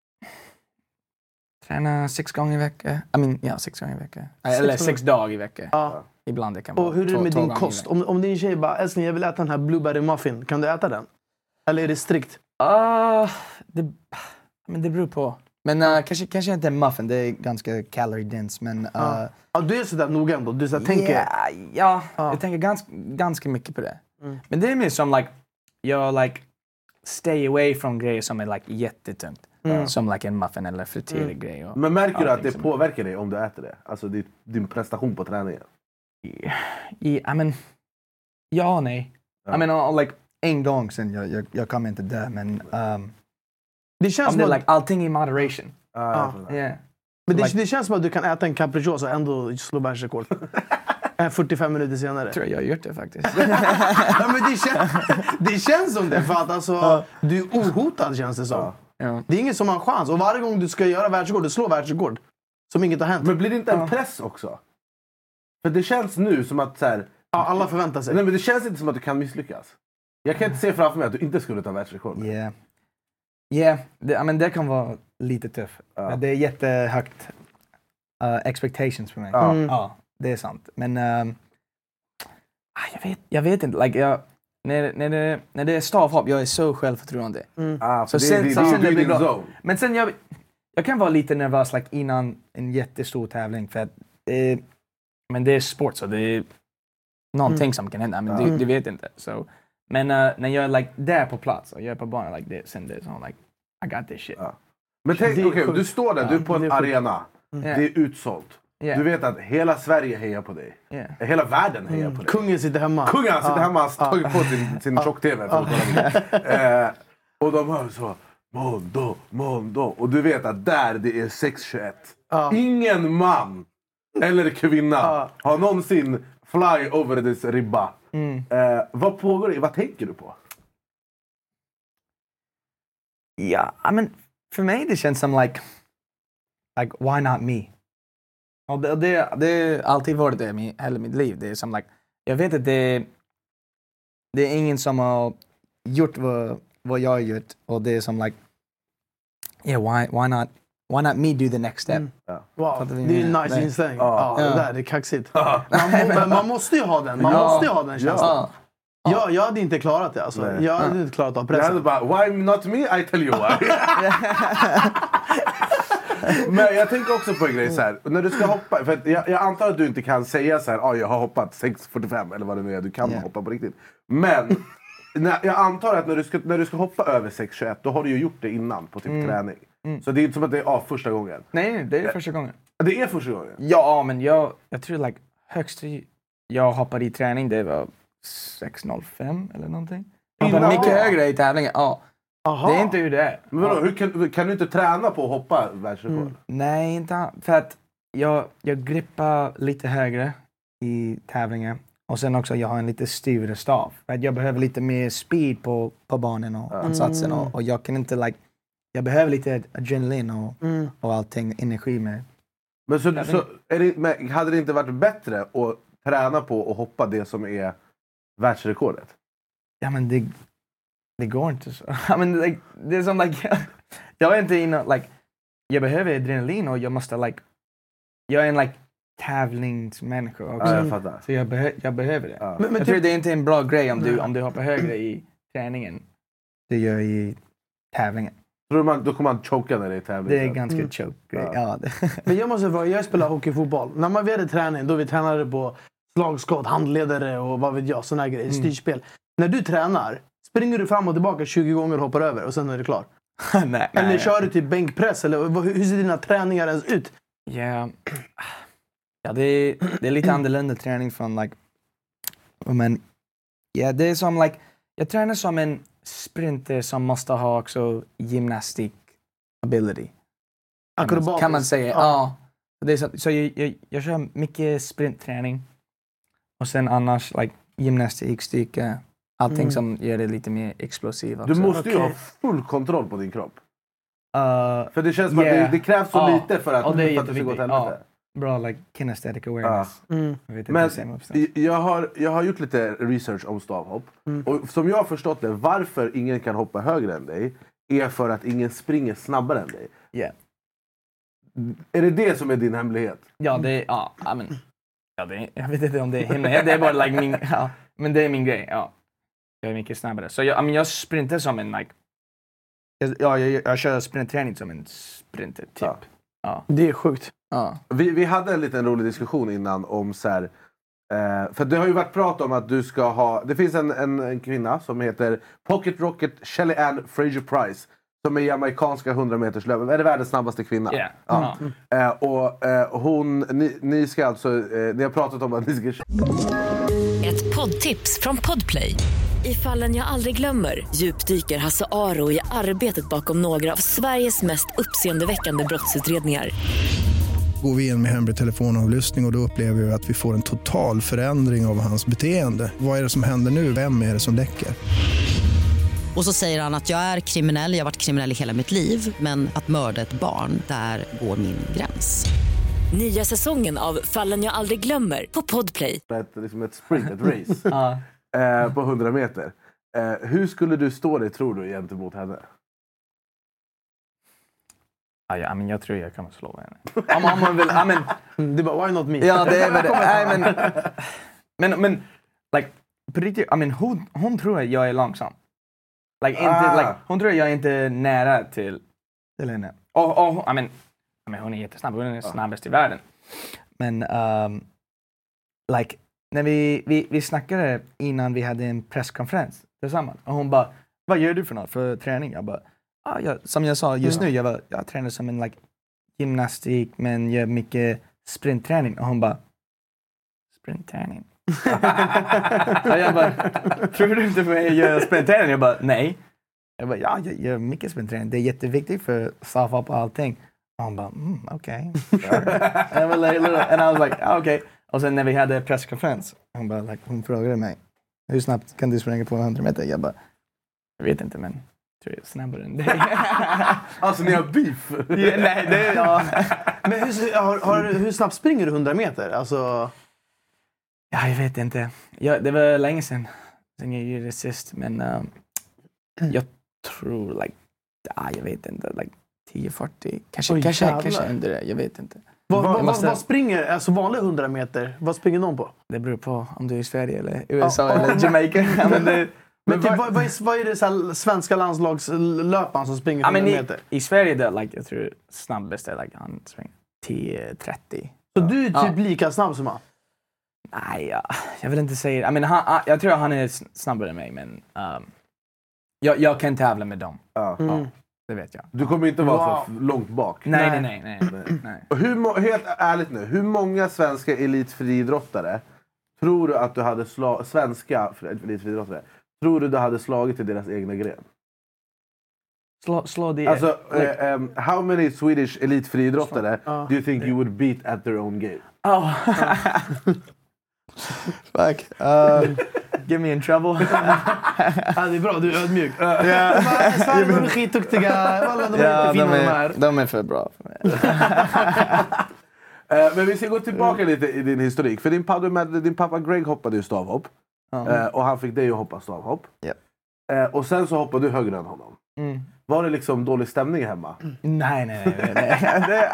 Speaker 2: Träna sex gånger i veckan. I mean, ja, sex gånger i veckan. Eller sex dagar i veckan.
Speaker 1: Ja.
Speaker 2: Ibland det kan vara.
Speaker 1: Och hur är det med din kost? Om, om din tjej bara, älskling, jag vill äta den här blueberry muffin. Kan du äta den? Eller är det strikt?
Speaker 2: Uh, det, men det beror på. Men uh, kanske, kanske inte en muffin. Det är ganska calorie dense. Men, uh,
Speaker 1: ja. Ja, du är sådär noga ändå. Du så yeah, tänker...
Speaker 2: Ja, ja, jag tänker ganska, ganska mycket på det. Mm. Men det är mer som like, jag like stay away från grejer som är like jättetungt. Mm. Som like en muffin eller friterad mm. grej. Och
Speaker 3: men märker du att det som... påverkar dig om du äter det? Alltså din, din prestation på träningen?
Speaker 2: I, I, I mean, ja och nej. Ja. I mean, like, en gång sen, jag, jag, jag kommer inte dö, men... Um,
Speaker 1: det känns som
Speaker 2: det,
Speaker 1: att...
Speaker 2: like, allting i moderation.
Speaker 3: Uh, uh.
Speaker 2: Yeah.
Speaker 1: Men det, like, det känns som att du kan äta en capricciosa och ändå slå världsrekord. fyrtiofem minuter senare.
Speaker 2: Jag tror jag har gjort det faktiskt.
Speaker 1: Ja, men det, känns, det känns som det, för att alltså, uh. du är ohotad, känns det som. Uh.
Speaker 2: Ja.
Speaker 1: Det är ingen som har en chans. Och varje gång du ska göra världsrekord, du slår världsrekord. Som inget har hänt.
Speaker 3: Men blir det inte en ja. press också? För det känns nu som att så här,
Speaker 1: ja, alla förväntar sig.
Speaker 3: Nej, men det känns inte som att du kan misslyckas. Jag kan inte se framför mig att du inte skulle ta världsrekord.
Speaker 2: Ja. Yeah. Yeah, det, I mean, det kan vara lite tufft. Ja. Det är jättehögt uh, expectations för mig.
Speaker 3: Ja.
Speaker 2: Mm. Ja, det är sant. Men um, jag, vet, jag vet inte. Like, jag, när, när, det, när det är stavhopp, jag är så självförtroende.
Speaker 3: Mm. Ah, så det, sen, det, sen, det, sen det blir bra. Zone.
Speaker 2: Men sen jag, jag kan vara lite nervös like, innan en jättestor tävling. För att, eh, men det är sport, så det är någonting mm. som kan hända. Men mm. du, du vet inte. So, men uh, när jag är like, där på plats och jag är på banan, like, det, sen det är så like, I got this shit.
Speaker 3: Ja. Men tänk, okej, okay, du står där, ja, du är på en arena. Mm. Det är utsålt. Yeah. Du vet att hela Sverige hejar på dig.
Speaker 2: Yeah.
Speaker 3: Hela världen hejar mm. på dig.
Speaker 1: Kungen sitter hemma.
Speaker 3: Kungen sitter
Speaker 1: ah.
Speaker 3: hemma, har tagit ah. på sin, sin ah. tjock-tv. Ah. eh, och de hör så, Mondo, Mondo. Och du vet att där det är sex tjugoett. Ah. Ingen man eller kvinna ah. har någonsin fly over this ribba.
Speaker 2: Mm.
Speaker 3: Eh, vad pågår det? Vad tänker du på?
Speaker 2: Ja, I mean, för mig det känns som like, like why not me? Och det, det, det har alltid varit det i hela mitt liv. Det är som like, jag vet att det, det är ingen som har gjort vad, vad jag har gjort. Och det är som like, yeah, why, why not why not me do the next step? Mm.
Speaker 1: Ja. Wow, det är en nice inställning. Ja, ja, det där det är kaxigt. Ja. Man, man måste ju ha den. Man ja. måste ju ha den känslan. Ja. Ja, jag hade inte klarat det alltså. Nej. Jag hade inte klarat av pressen.
Speaker 3: Jag hade bara, why not me? I tell you why. Men jag tänker också på en grej så här. När du ska hoppa, för jag, jag antar att du inte kan säga så här, ah, jag har hoppat sex fyrtiofem eller vad det nu är, du kan yeah. hoppa på riktigt. Men när, jag antar att när du, ska, när du ska hoppa över sex tjugoett, då har du ju gjort det innan på typ mm. träning. Mm. Så det är inte som att det är ah, första gången.
Speaker 2: Nej, det är första gången.
Speaker 3: Det är första gången?
Speaker 2: Ja, men jag, jag tror like, högst jag hoppade i träning, det var sex noll fem eller någonting. Jag hoppade mycket högre i tävlingen, ja. Aha. Det är inte hur det är.
Speaker 3: Men vadå, hur kan, kan du inte träna på att hoppa världsrekord? Mm.
Speaker 2: Nej, inte för att jag, jag grippar lite högre i tävlingen. Och sen också jag har en lite styvare stav. För att jag behöver lite mer speed på, på banan och mm. ansatsen. Och, och jag kan inte like, jag behöver lite adrenalin och, mm. och allting, energi med.
Speaker 3: Men så, så är det, men hade det inte varit bättre att träna på att hoppa det som är världsrekordet?
Speaker 2: Ja, men det... Det går inte så. I mean, like, det är som like, jag är inte inne, like, jag behöver adrenalin och jag måste like, jag är en like tävlingsmänniska också.
Speaker 3: Ja, jag fattar.
Speaker 2: Så jag, behö, jag behöver det.
Speaker 3: Ja.
Speaker 2: Men, men jag tror det är inte en bra grej om du, om du hoppar högre i träningen. Det gör i tävlingen.
Speaker 3: Tror man, då kommer man choka när det är tävling?
Speaker 2: Det är ganska mm. choke grej. Ja. Ja,
Speaker 1: men jag måste vara, jag spelar hockeyfotboll. När man hade träning, då vi tränade på slagskott, handledare och vad vet jag, såna här grejer, mm. styrspel. När du tränar, springer du fram och tillbaka tjugo gånger och hoppar över och sen är det klar?
Speaker 2: nej,
Speaker 1: eller
Speaker 2: nej,
Speaker 1: kör du till bänkpress? Eller hur ser dina träningar ens ut?
Speaker 2: Yeah. Ja, det är, det är lite annorlunda träning från like... Men ja, det är som like... Jag tränar som en sprinter som måste ha också gymnastik ability.
Speaker 1: Akrobatisk.
Speaker 2: Kan man säga, ja. ja. Det är så så jag, jag, jag kör mycket sprintträning. Och sen annars like gymnastik, styrka. Allting mm. som gör det lite mer explosivt.
Speaker 3: Du måste okay. ju ha full kontroll på din kropp.
Speaker 2: Uh,
Speaker 3: för det känns som yeah. att det, det krävs så uh, lite för att,
Speaker 2: det,
Speaker 3: för att det ska gå till helvete.
Speaker 2: Uh, bra, like kinesthetic awareness.
Speaker 3: Uh. Mm. Jag vet Men jag har, jag har gjort lite research om stavhopp. Mm. Och som jag har förstått det, varför ingen kan hoppa högre än dig är för att ingen springer snabbare än dig.
Speaker 2: Yeah.
Speaker 3: Är det det som är din hemlighet?
Speaker 2: Ja, det är... Ja, I mean, ja, det är, jag vet inte om det är hemlighet. Det är bara like min... Ja, men det är min grej, ja. Jag är mycket snabbare. Så jag, I mean, jag sprintar som en like... Jag, ja, jag, jag kör sprintträning som en sprinter, typ. Ja.
Speaker 1: Ja. Det är sjukt.
Speaker 2: Ja.
Speaker 3: Vi, vi hade en liten rolig diskussion innan om så här... Eh, för det har ju varit prat om att du ska ha... Det finns en, en, en kvinna som heter Pocket Rocket Shelly Ann Fraser Price. Som är jamaikanska hundra meters löp. Är det världens snabbaste kvinna?
Speaker 2: Yeah.
Speaker 3: Ja. Mm. Eh, och eh, hon... Ni, ni ska alltså... Eh, ni har pratat om att ni ska...
Speaker 4: Ett poddtips från Podplay. I Fallen jag aldrig glömmer djupdyker Hasse Aro i arbetet bakom några av Sveriges mest uppseendeväckande brottsutredningar.
Speaker 5: Går vi in med hemlig telefonavlyssning och, och då upplever vi att vi får en total förändring av hans beteende. Vad är det som händer nu? Vem är det som läcker?
Speaker 6: Och så säger han att jag är kriminell, jag har varit kriminell i hela mitt liv. Men att mörda ett barn, där går min gräns.
Speaker 4: Nya säsongen av Fallen jag aldrig glömmer på Podplay.
Speaker 3: Ett, liksom ett sprint, ett race. eh, på hundra meter. Eh, hur skulle du stå dig, tror du, gentemot henne?
Speaker 2: Ah, ja, men jag tror jag kan slå henne. Om, om man vill, I mean,
Speaker 1: det bara, why not me?
Speaker 2: Ja, det är väl det. I mean, men, men, like, på riktigt, I mean, hon, hon tror att jag är långsam. Like, inte, ah. like, hon tror att jag är inte nära till, till henne. Och, och I mean, I mean, hon är jättesnabb, hon är snabbast i världen. Men, um, like, när vi, vi, vi snackade innan vi hade en presskonferens tillsammans. Och hon bara, vad gör du för något för träning? Jag bara, ah, jag, som jag sa just nu, jag, var, jag tränar som en like, gymnastik men gör mycket sprintträning. Och hon bara, sprintträning? Och jag bara, tror du inte på mig att göra sprintträning? Jag bara, nej. Jag bara, ja, jag gör mycket sprintträning. Det är jätteviktigt för att staffa på allting. Och hon bara, mm, okej. Okay. and, and I was like, ah, okej. Okay. Och sen när vi hade presskonferens, hon, bara, like, hon frågade mig, hur snabbt kan du springa på hundra meter? Jag bara, jag vet inte, men tror jag är snabbare än dig.
Speaker 3: Alltså ni har beef?
Speaker 2: Ja, nej, det är... Ja.
Speaker 1: Men hur, har, har, hur snabbt springer du hundra meter? Alltså...
Speaker 2: Ja, jag vet inte. Ja, det var länge sedan, sen jag gjorde det sist. Men um, jag tror, like, ah, jag vet inte, like tio fyrtio. Kanske,
Speaker 1: Oj,
Speaker 2: kanske,
Speaker 1: jävlar.
Speaker 2: kanske under det, jag vet inte.
Speaker 1: Vad, vad,
Speaker 2: måste...
Speaker 1: vad springer, alltså vanliga hundra meter, vad springer någon på?
Speaker 2: Det beror på om du är i Sverige eller U S A
Speaker 1: Ja.
Speaker 2: eller Jamaica. Ja, men det,
Speaker 1: Men typ, vad, vad, är, vad är det så här, svenska landslagslöparen som springer
Speaker 2: ja,
Speaker 1: hundra
Speaker 2: men i,
Speaker 1: meter?
Speaker 2: i Sverige, det, like, jag tror snabbast är like, han springer tio trettio.
Speaker 1: Så du är typ
Speaker 2: Ja.
Speaker 1: lika snabb som han?
Speaker 2: Nej, ja, jag vill inte säga det. I mean, han, han, jag tror han är s- snabbare än mig, men um, jag, jag kan tävla med dem.
Speaker 3: Ja.
Speaker 1: Mm.
Speaker 2: Ja, det vet jag.
Speaker 3: Du kommer inte vara
Speaker 1: Wow.
Speaker 3: så f- långt bak.
Speaker 2: Nej,
Speaker 1: Nej.
Speaker 2: nej, nej. nej, nej.
Speaker 3: Och hur må- helt ärligt nu, hur många svenska elitfriidrottare tror du att du hade sla- svenska elitfriidrottare tror du du hade slagit i deras egna gren?
Speaker 2: Slå, slå det.
Speaker 3: Alltså,
Speaker 2: like,
Speaker 3: eh, um, how many Swedish elitfriidrottare
Speaker 1: Ja.
Speaker 3: do you think you would beat at their own game?
Speaker 2: oh. Fuck. Um, give me in trouble.
Speaker 1: Ja, det är bra, du är ödmjuk. Ja. Sverige, de är skitduktiga. Alla, de är
Speaker 2: Ja,
Speaker 1: jättefina
Speaker 2: de
Speaker 1: de
Speaker 2: är,
Speaker 1: här.
Speaker 2: de är för bra för mig.
Speaker 3: Eh, men vi ska gå tillbaka lite i din historik. För din, pappa, med, din pappa Greg hoppade ju stavhopp. Eh, och han fick dig att hoppa stavhopp.
Speaker 2: Yep.
Speaker 3: Eh, och sen så hoppade du högre än honom.
Speaker 2: Mm.
Speaker 3: Var det liksom dålig stämning hemma?
Speaker 2: Nej, nej, nej. Nej, nej.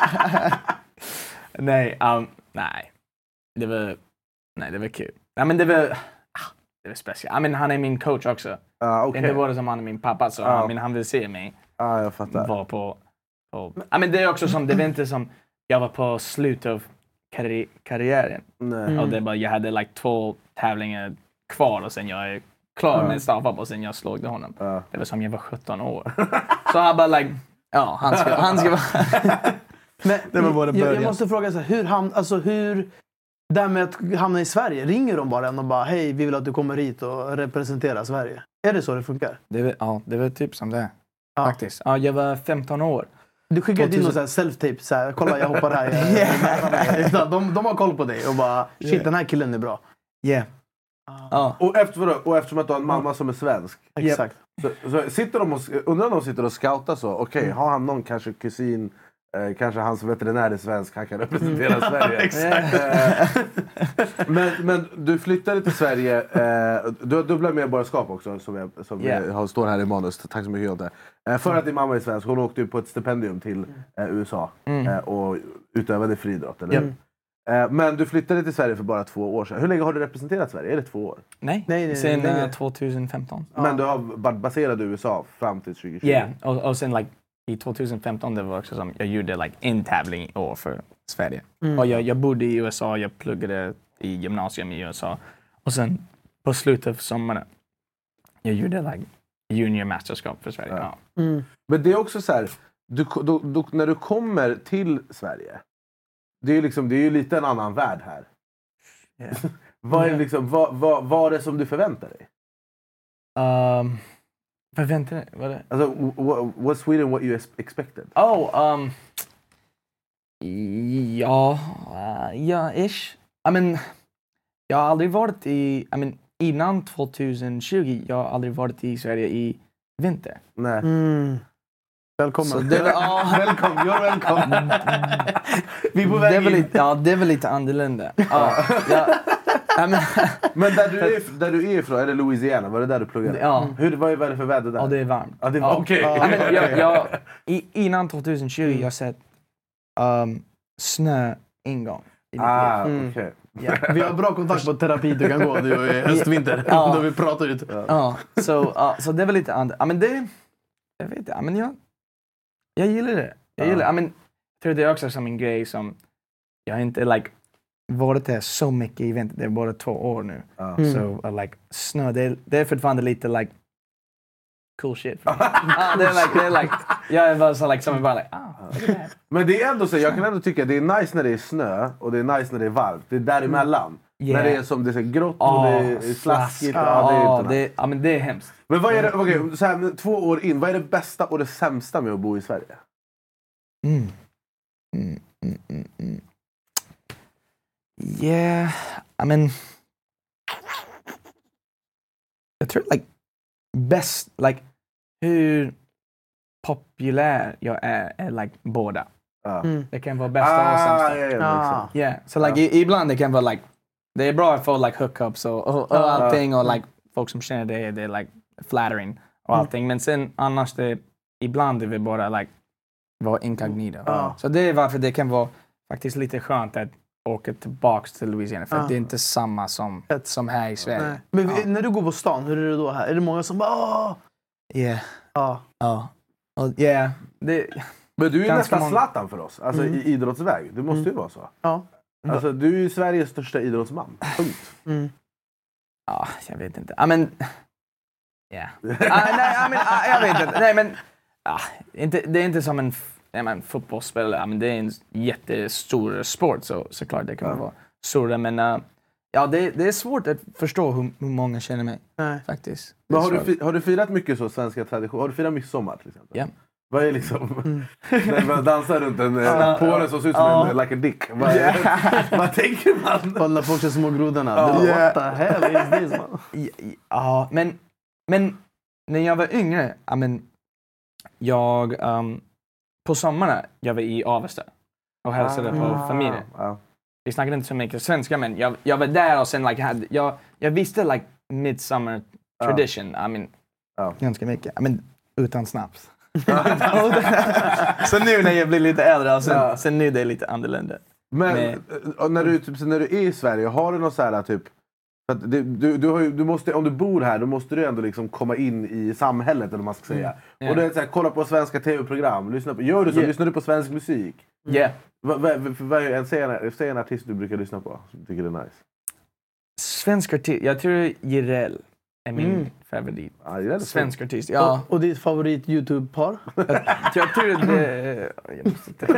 Speaker 2: nej, um, nej. Det var, nej, det var kul. Ja, men det var, ah, det var speciellt. I mean, han är min coach också.
Speaker 3: Ah, okay.
Speaker 2: Inte bara som han är min pappa, så
Speaker 3: Ja.
Speaker 2: I mean, han vill se mig
Speaker 3: ah, jag fattar.
Speaker 2: vara på... på I mean, det är också som, det var inte som, jag var på slutet av karri- karriären.
Speaker 3: Nej.
Speaker 2: Och det är bara, jag hade like två tävlingar kvar och sen jag är klar
Speaker 3: Ja.
Speaker 2: med stavhopp och sen jag slog honom.
Speaker 3: Ja.
Speaker 2: Det var som jag var sjutton år. Så han bara like, ja, han ska, han ska vara...
Speaker 1: Men,
Speaker 2: Det var bara
Speaker 1: jag, jag
Speaker 2: början.
Speaker 1: måste fråga, så här, hur, ham, alltså, hur... Det här med att hamna i Sverige, ringer de bara en och bara hej, vi vill att du kommer hit och representerar Sverige? Är det så det funkar?
Speaker 2: Det var, ja, det var typ som det.
Speaker 1: Ja.
Speaker 2: Faktiskt. Ja, jag var femton år.
Speaker 1: Du skickar inte in någon
Speaker 2: tvåtusen
Speaker 1: så här self-tape, så här, kolla jag hoppar här. Jag, jag, jag, de, de har koll på dig och bara, shit
Speaker 2: Yeah.
Speaker 1: den här killen är bra.
Speaker 2: Yeah. Ja.
Speaker 3: Och, efter, vadå? och eftersom att du har en mamma som är svensk.
Speaker 1: Exakt.
Speaker 3: Så, så sitter de och, undrar om de sitter och scoutar så. Okej,
Speaker 1: Mm.
Speaker 3: har han någon kanske kusin, eh, kanske hans veterinär är svensk, han kan representera Sverige.
Speaker 1: Exakt.
Speaker 3: Eh, men, men du flyttade till Sverige, eh, du har dubbla medborgarskap också som, jag, som
Speaker 2: Yeah.
Speaker 3: jag har, står här i manus. Tack så mycket Jonte. Eh, för att din mamma är svensk, hon åkte ju på ett stipendium till eh, U S A
Speaker 2: Mm.
Speaker 3: eh, och utövade friidrott, eller?
Speaker 2: Yep.
Speaker 3: Eh, men du flyttade till Sverige för bara två år sedan. Hur länge har du representerat Sverige? Är det två år?
Speaker 2: Nej,
Speaker 1: Nej, nej,
Speaker 2: sen
Speaker 1: nej.
Speaker 2: uh, tjugohundrafemton.
Speaker 3: Men du har varit baserad i U S A fram till tjugo tjugo?
Speaker 2: Ja, yeah. och, och sen like, i tjugohundrafemton det var också som jag gjorde like, en tävling i år för Sverige.
Speaker 1: Mm.
Speaker 2: Och jag, jag bodde i U S A, jag pluggade i gymnasium i U S A. Och sen på slutet av sommaren jag gjorde like, juniormästerskap för Sverige.
Speaker 3: Ja.
Speaker 2: Ja.
Speaker 1: Mm.
Speaker 3: Men det är också så här, du, då, då, när du kommer till Sverige, det är ju liksom, det är ju lite en annan värld här.
Speaker 2: Yeah.
Speaker 3: Vad är liksom, vad, vad, vad är det som du förväntar dig?
Speaker 2: Um, vad väntar ni? Vad är det?
Speaker 3: Alltså, what, was Sweden what you ex- expected?
Speaker 2: Oh, um, ja, uh, ja, ish. I mean, jag har aldrig varit i, I mean, innan tjugohundratjugo, jag har aldrig varit i Sverige i vinter.
Speaker 3: Nej.
Speaker 1: Mm. Välkommen.
Speaker 2: Så det var, ja,
Speaker 1: Välkommen, you're welcome. Vi är på
Speaker 2: det är
Speaker 1: väg
Speaker 2: väl
Speaker 1: in.
Speaker 2: lite, ja, det är väl lite annorlunda. Ja, ja, I mean,
Speaker 3: Men där du, är, där du är ifrån, är det Louisiana? Var det där du pluggade?
Speaker 2: Ja.
Speaker 3: Hur, vad, är, vad är det för väder där?
Speaker 2: ja, det är varmt.
Speaker 3: Ja, det var
Speaker 2: Ja.
Speaker 3: okej.
Speaker 2: I mean, jag, jag, i, innan tjugohundratjugo jag har sett um, snö en gång i mitt
Speaker 3: Ah,
Speaker 2: liv.
Speaker 1: Mm.
Speaker 3: okej.
Speaker 2: Ja.
Speaker 1: Vi har bra kontakt på terapi du kan gå du och i höstvinter.
Speaker 2: Ja.
Speaker 1: Då vi pratar ut.
Speaker 2: Ja, så, uh, så det var lite annorlunda. Ja, men det, jag vet inte, ja, men jag, jag gillar det. Jag gillar, ja, men, jag tror det är också som en grej som, jag har inte like, varit där så mycket i vinter, det är bara två år nu.
Speaker 3: Ja.
Speaker 1: Mm.
Speaker 2: Så uh, like, snö, det, är- det är fortfarande lite like, cool shit. för mig. Ja, det är like, det är like, jag är bara så like, som är bara like, ah, look at that.
Speaker 3: Men det är ändå så, jag kan ändå tycka att det är nice när det är snö och det är nice när det är varmt. Det är däremellan.
Speaker 2: Yeah.
Speaker 3: När det är som det är så grått och
Speaker 2: Ah,
Speaker 3: det är slaskigt.
Speaker 2: Ja,
Speaker 3: Ja, det är
Speaker 2: ja,
Speaker 3: inte nice.
Speaker 2: det, ja, men det är hemskt.
Speaker 3: Men vad är det, okej, så här, men två år in, vad är det bästa och det sämsta med att bo i Sverige?
Speaker 2: Mm. Mm, mm, mm, mm. Yeah, I mean, jag tror like bäst, like hur populär jag är, är like båda.
Speaker 3: Ja.
Speaker 2: Mm. Det kan vara bästa
Speaker 3: ah,
Speaker 2: och sämsta.
Speaker 3: Ja, ja,
Speaker 2: ja. Yeah. Så like, i, ibland det kan vara like, det är bra att få like hookups och, och, och allting och like folk som känner det, det är like flattering och allting. Mm. Men sen annars det, ibland är vi bara like, vara incognito. Mm. Så det är varför det kan vara faktiskt lite skönt att åka tillbaks till Louisiana. För mm. det är inte samma som, som här i Sverige.
Speaker 1: Nej. Men vi, när du går på stan, hur är det då här? Är det många som bara åh?
Speaker 2: Yeah.
Speaker 1: Ja.
Speaker 2: Ja. Ja. Yeah. Det,
Speaker 3: men du är nästan
Speaker 2: många...
Speaker 3: Zlatan för oss. Alltså mm. i idrottsväg. Det måste mm. ju vara så.
Speaker 1: Ja.
Speaker 3: Alltså du är ju Sveriges största idrottsman. Punkt.
Speaker 1: Mm.
Speaker 2: Ja, jag vet inte. I mean... Yeah. uh, nej, I mean, uh, jag vet inte. Nej, men... Uh, inte, det är inte som en... Jag menar, fotbollsspelare, men det är en jättestor sport så såklart det kan ja. vara stora, men uh, ja, det, det är svårt att förstå hur, hur många känner mig. Nej. Faktiskt.
Speaker 3: Men har, du, har du firat mycket så svenska traditioner? Har du firat midsommar till exempel?
Speaker 2: Ja.
Speaker 3: Vad är liksom, mm. när man dansar runt en uh, påle som ser ut som uh. en like a dick. Vad, yeah. vad tänker man?
Speaker 1: Kolla folk små grodorna. Uh. What the hell is this, man?
Speaker 2: Ja, men, men när jag var yngre, I mean, jag... Um, på sommaren jag var i Avesta och hälsade ah, på familjen. Ah. Vi snackade inte så mycket svenska, men jag, jag var där och sen like, hade, jag, jag visste like midsummer tradition. Ah. I mean, ah. ganska mycket. I mean, utan snaps. Så nu när jag blir lite äldre, och sen, ah. sen nu det är lite annorlunda.
Speaker 3: Men, men när, du, typ, när du är i Sverige, har du något så här typ... För att det, du, du, har ju, du måste, om du bor här, då måste du ändå liksom komma in i samhället, eller vad man ska säga. Mm. Yeah. Och det är så här, kolla på svenska tv-program. Lyssna på, gör du så? Yeah. Lyssnar du på svensk musik?
Speaker 2: Ja. Yeah.
Speaker 3: Vad va, va, va, en, säg en artist du brukar lyssna på som tycker det är nice.
Speaker 2: Svensk artist? Jag tror Jireel är min mm. favorit.
Speaker 3: Ah,
Speaker 2: svensk artist, ja.
Speaker 1: Och, och ditt favorit YouTube-par?
Speaker 2: jag, jag tror det... Jag måste inte...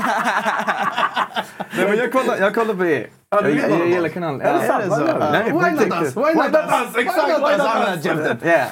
Speaker 2: Nej, men jag kollar, jag kollar på er.
Speaker 3: Ja,
Speaker 2: jag, jag, jag gillar kanalen.
Speaker 1: Ja, är det så? Nej,
Speaker 2: why not us?
Speaker 1: Why not us?
Speaker 3: Exakt, why not us?
Speaker 2: Yeah.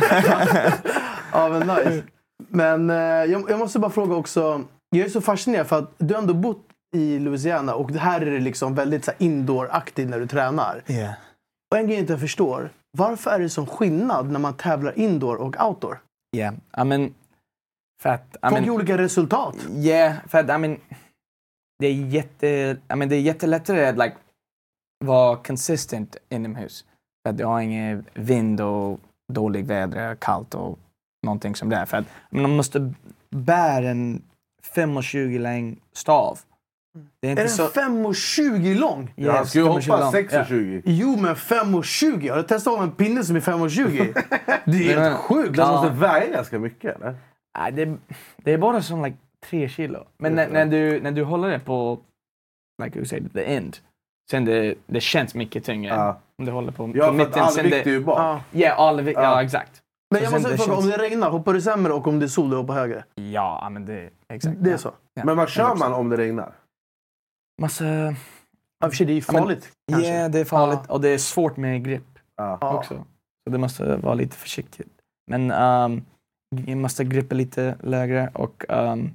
Speaker 1: Ja, men nice. Men eh, jag, jag måste bara fråga också. Jag är så fascinerad för att du har ändå bott i Louisiana och det här är det liksom väldigt så här indoor-aktigt när du tränar.
Speaker 2: Yeah.
Speaker 1: Och en grej jag inte förstår. Varför är det sån skillnad när man tävlar indoor och outdoor?
Speaker 2: Ja, yeah. I mean... För att... I
Speaker 1: Folk
Speaker 2: mean,
Speaker 1: olika resultat.
Speaker 2: Ja, yeah, för att I mean... Det är jätte, I mean, det är jättelättare att like, vara consistent inomhus. För att du har ingen vind och dålig väder, kallt och någonting som det är. För att man måste bära en fem tjugo lång stav.
Speaker 1: Det är inte är så... den fem tjugo lång?
Speaker 3: Ja, yes, ska ju hoppa sex tjugo.
Speaker 1: Ja. Jo, men fem tjugo. Har du testat av en pinne som är fem tjugo? Det är helt sjukt.
Speaker 3: Den måste väga ganska mycket, eller?
Speaker 2: Nej, det, det är bara som like, tre kilo. Men när, när, du, när du håller det på, like you say, the end, sen det, det känns mycket tyngre
Speaker 3: ja.
Speaker 2: om du håller på,
Speaker 3: ja,
Speaker 2: på mitten.
Speaker 3: Ja, för all vikt är ju bak.
Speaker 2: Ja, yeah, all vikt, ja. ja, exakt.
Speaker 1: Men jag måste fråga, känns... om det regnar, hoppar du sämre och om det är sol, du hoppar högre?
Speaker 2: Ja, men det exakt.
Speaker 1: Det är så.
Speaker 2: Ja.
Speaker 3: Men vad kör man om det regnar?
Speaker 2: Massa...
Speaker 1: Ja, för det är farligt.
Speaker 2: Ja, yeah, det är farligt. Ja. Och det är svårt med grip
Speaker 3: ja.
Speaker 2: också. Så det måste vara lite försiktigt. Men um, jag måste grippa lite lägre och um,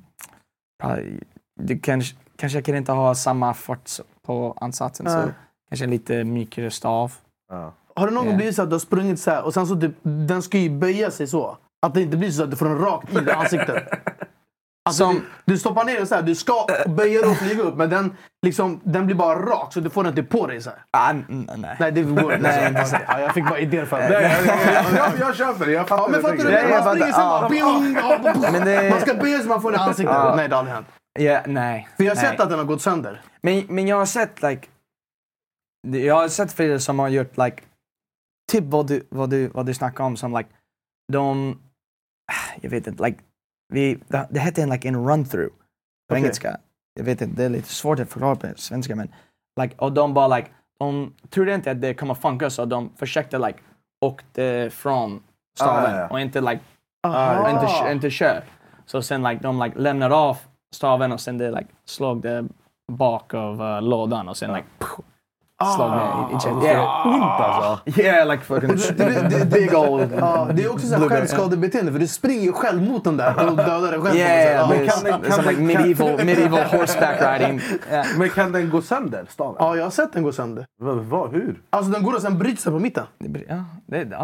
Speaker 2: du kanske, kanske kan inte ha samma fart på ansatsen. Ja. Så kanske lite mykare stav.
Speaker 3: Ja.
Speaker 1: Har det någon gång yeah. blivit så att du har sprungit så här och sen så typ, den ska ju böja sig så? Att det inte blir så att du får en rakt i ansiktet. Alltså, som, du, du stoppar ner den så här, du ska böja upp och flyga upp, men den, liksom, den blir bara rak så du får den inte på dig så här.
Speaker 2: Ah, nej.
Speaker 1: Nej, det går inte. Ja, jag fick bara idéer för
Speaker 3: det. Nej, jag, jag, jag, jag köper det, jag fattar.
Speaker 1: Ja, men fattar du? Man springer så bara... Det... Man ska böja så man får den i ansiktet. Ah. Nej, det har aldrig hänt.
Speaker 2: Yeah, nej.
Speaker 1: För jag har
Speaker 2: nej.
Speaker 1: sett att den har gått sönder.
Speaker 2: Men, men jag har sett, like... Jag har sett flera som har gjort, like... Typ vad du, vad du, vad du snackar om som, like... De... Jag vet inte, like... Vi, det, det heter en, like, en run-through på okay. engelska. Jag vet inte, det är lite svårt att förklara på svenska, men like, och de bara like, de trodde inte att det kommer funka så de försökte like åkte från staven ah, ja. och inte like uh, inte, inte kör. Så sen like, de like lämnar av staven och sen det like slog det bak av uh, lådan och sen like pff, slog
Speaker 1: ah,
Speaker 2: det i
Speaker 1: käften. Yeah. Ont alltså.
Speaker 2: Yeah, like fucking
Speaker 1: det, det, big old. Ja, det är också så här självskadebeteende för du springer ju själv mot den där och dödar dig själv.
Speaker 2: Yeah, men kan, kan, kan, like medieval, medieval horseback riding.
Speaker 3: Yeah. Men kan den gå sönder, staven?
Speaker 1: Ja, jag har sett den gå sönder.
Speaker 3: Vad, vad, hur?
Speaker 1: Alltså den går och sen bryter sig på mitten.
Speaker 2: Det, ja, det, ja.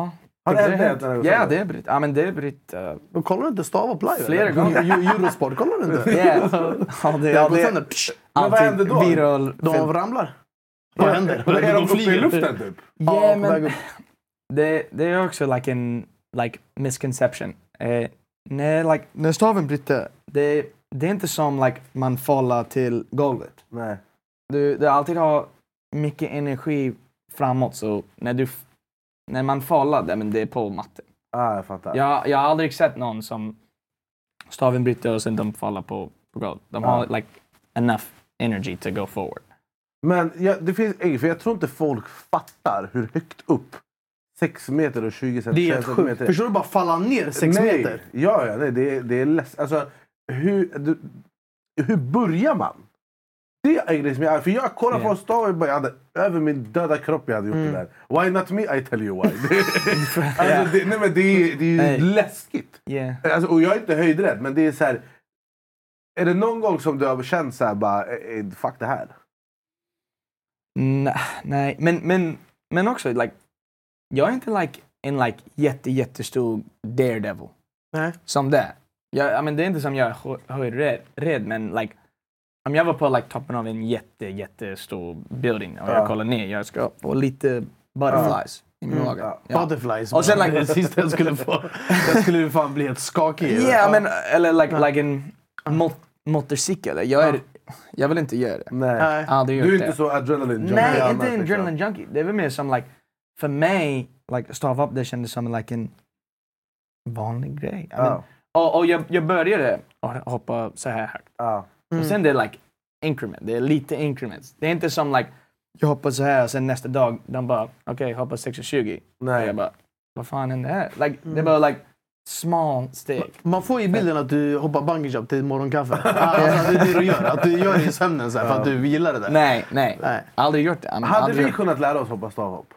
Speaker 3: Har det hänt?
Speaker 2: Ja, det är britt. Ja, men det är britt. Uh,
Speaker 1: de kollar inte Stav upp live?
Speaker 2: Flera gånger.
Speaker 1: Eurosport kollar du inte?
Speaker 2: Yeah. Ja, det,
Speaker 1: ja, det,
Speaker 2: det,
Speaker 3: men vad händer då?
Speaker 2: Viral,
Speaker 1: de ramlar. Vad händer?
Speaker 3: Är de, de uppe i luften typ?
Speaker 2: Ja, men det, det är också like en like misconception. Uh, när, like, när staven bryter, det, det är inte som like, man faller till golvet.
Speaker 3: Nej.
Speaker 2: Du, du alltid har mycket energi framåt, så när, du, när man faller, det, men det är på matten.
Speaker 3: Ah, jag fattar.
Speaker 2: Jag, jag har aldrig sett någon som staven bryter och sen de faller på, på golvet. De ah. har like, enough energy to go forward.
Speaker 3: Men ja, det finns, för jag tror inte folk fattar hur högt upp sex meter och tjugo centimeter.
Speaker 1: Det är sjukt. Förstår du bara falla ner sex
Speaker 3: nej.
Speaker 1: meter?
Speaker 3: Ja, ja, nej, det, det är lätt. Alltså, hur, du, hur börjar man? Det är liksom jag, för jag kollar yeah. på staven och jag hade över min döda kropp jag hade gjort mm. det där. Why not me? I tell you why. alltså, yeah. det, nej, men det är, det är hey. läskigt.
Speaker 2: Yeah.
Speaker 3: Alltså, och jag är inte höjdrädd, men det är så här. Är det någon gång som du har känt så här bara, fuck det här?
Speaker 2: Nej, nej. Men, men, men också, like, jag är inte like en like, jätte, jättestor daredevil.
Speaker 1: Nej.
Speaker 2: Som det. Jag, I mean, det är inte som jag är höjdrädd, rädd, men like, om jag var på like, toppen av en jätte, jättestor building och
Speaker 3: ja.
Speaker 2: jag kollar ner, jag ska få lite butterflies ja. i min mage.
Speaker 1: Mm. Ja. Butterflies.
Speaker 2: Och sen, like,
Speaker 1: det sista jag skulle få, jag skulle fan bli helt skakig.
Speaker 2: Ja, yeah, men eller like, ja. like en mot, motorcykel. Jag, är, ja. jag vill inte göra det.
Speaker 3: Nej.
Speaker 2: Aldrig
Speaker 3: du är
Speaker 2: det.
Speaker 3: inte så adrenaline junkie.
Speaker 2: Nej, inte en adrenaline junkie. Det är väl mer som like, för mig, like, stava upp det kändes som like, en vanlig grej. I mean, oh. Och, och jag, jag började hoppa så här högt.
Speaker 3: Oh.
Speaker 2: Mm. Och sen det är like increment. Det är lite increments. Det är inte som like, jag hoppar så här och sen nästa dag de bara, okej, okay, hoppa sex tjugo.
Speaker 3: Nej.
Speaker 2: Och jag bara, vad fan händer här? Like, mm. Det är bara like small steg.
Speaker 1: Man får ju bilden att du hoppar bungee jump till morgonkaffe. Alltså, det är det du gör. Att du gör det i sömnen så här, för att du gillar det där.
Speaker 2: Nej, nej. nej. Aldrig gjort det.
Speaker 3: Hade
Speaker 2: aldrig
Speaker 3: vi
Speaker 2: gjort.
Speaker 3: kunnat lära oss hoppa stavhopp?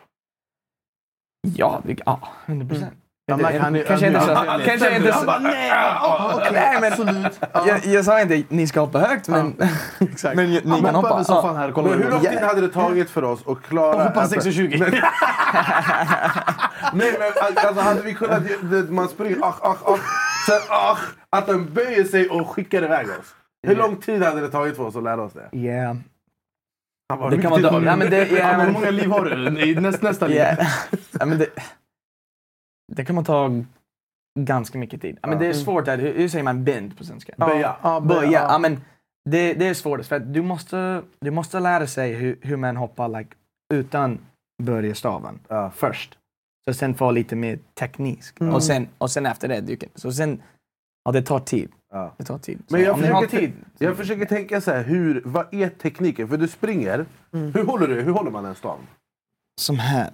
Speaker 2: Ja, vi, ja, hundra procent.
Speaker 1: Mm. Ja,
Speaker 2: det, kanske inte så. Kanske inte så.
Speaker 1: Nej, okay, nej, men absolut.
Speaker 2: Jag, jag sa inte ni ska hoppa högt, men,
Speaker 1: ja. Exakt.
Speaker 2: men ni
Speaker 1: ja,
Speaker 2: kan hoppa.
Speaker 1: Ja. Här,
Speaker 3: men hur lång tid hade det tagit för oss att klara...
Speaker 1: Hoppa sex tjugo.
Speaker 3: Nej, men alltså hade vi kunnat... Man springer, ach, ach, ach. Sen, ach, att den böjer sig och skickar iväg oss. Hur lång tid hade det tagit för oss att lära oss det?
Speaker 2: Ja. Yeah.
Speaker 3: Det kan
Speaker 2: vara... Ja, men det, yeah,
Speaker 1: men, hur många liv har du i näst, nästa liv?
Speaker 2: Yeah. Ja, men det, det kan man ta ganska mycket tid. Ja, men det är svårt att... Hur, hur säger man bend på svenska?
Speaker 3: Böja.
Speaker 2: Ja, böja. Ja, men det, det är svårt. För att du måste, du måste lära sig hur, hur man hoppar like, utan börja staven
Speaker 3: ja.
Speaker 2: först. Så sen få lite mer teknisk. Mm. Och, sen, och sen efter det, du kan... Så sen... Ja, det tar tid.
Speaker 3: Ja.
Speaker 2: Det tar tid. Så
Speaker 3: men jag
Speaker 2: om
Speaker 3: försöker,
Speaker 2: tid,
Speaker 3: jag försöker tänka så här, hur, vad är tekniken? För du springer, mm. hur håller du? Hur håller man en stav?
Speaker 2: Som här.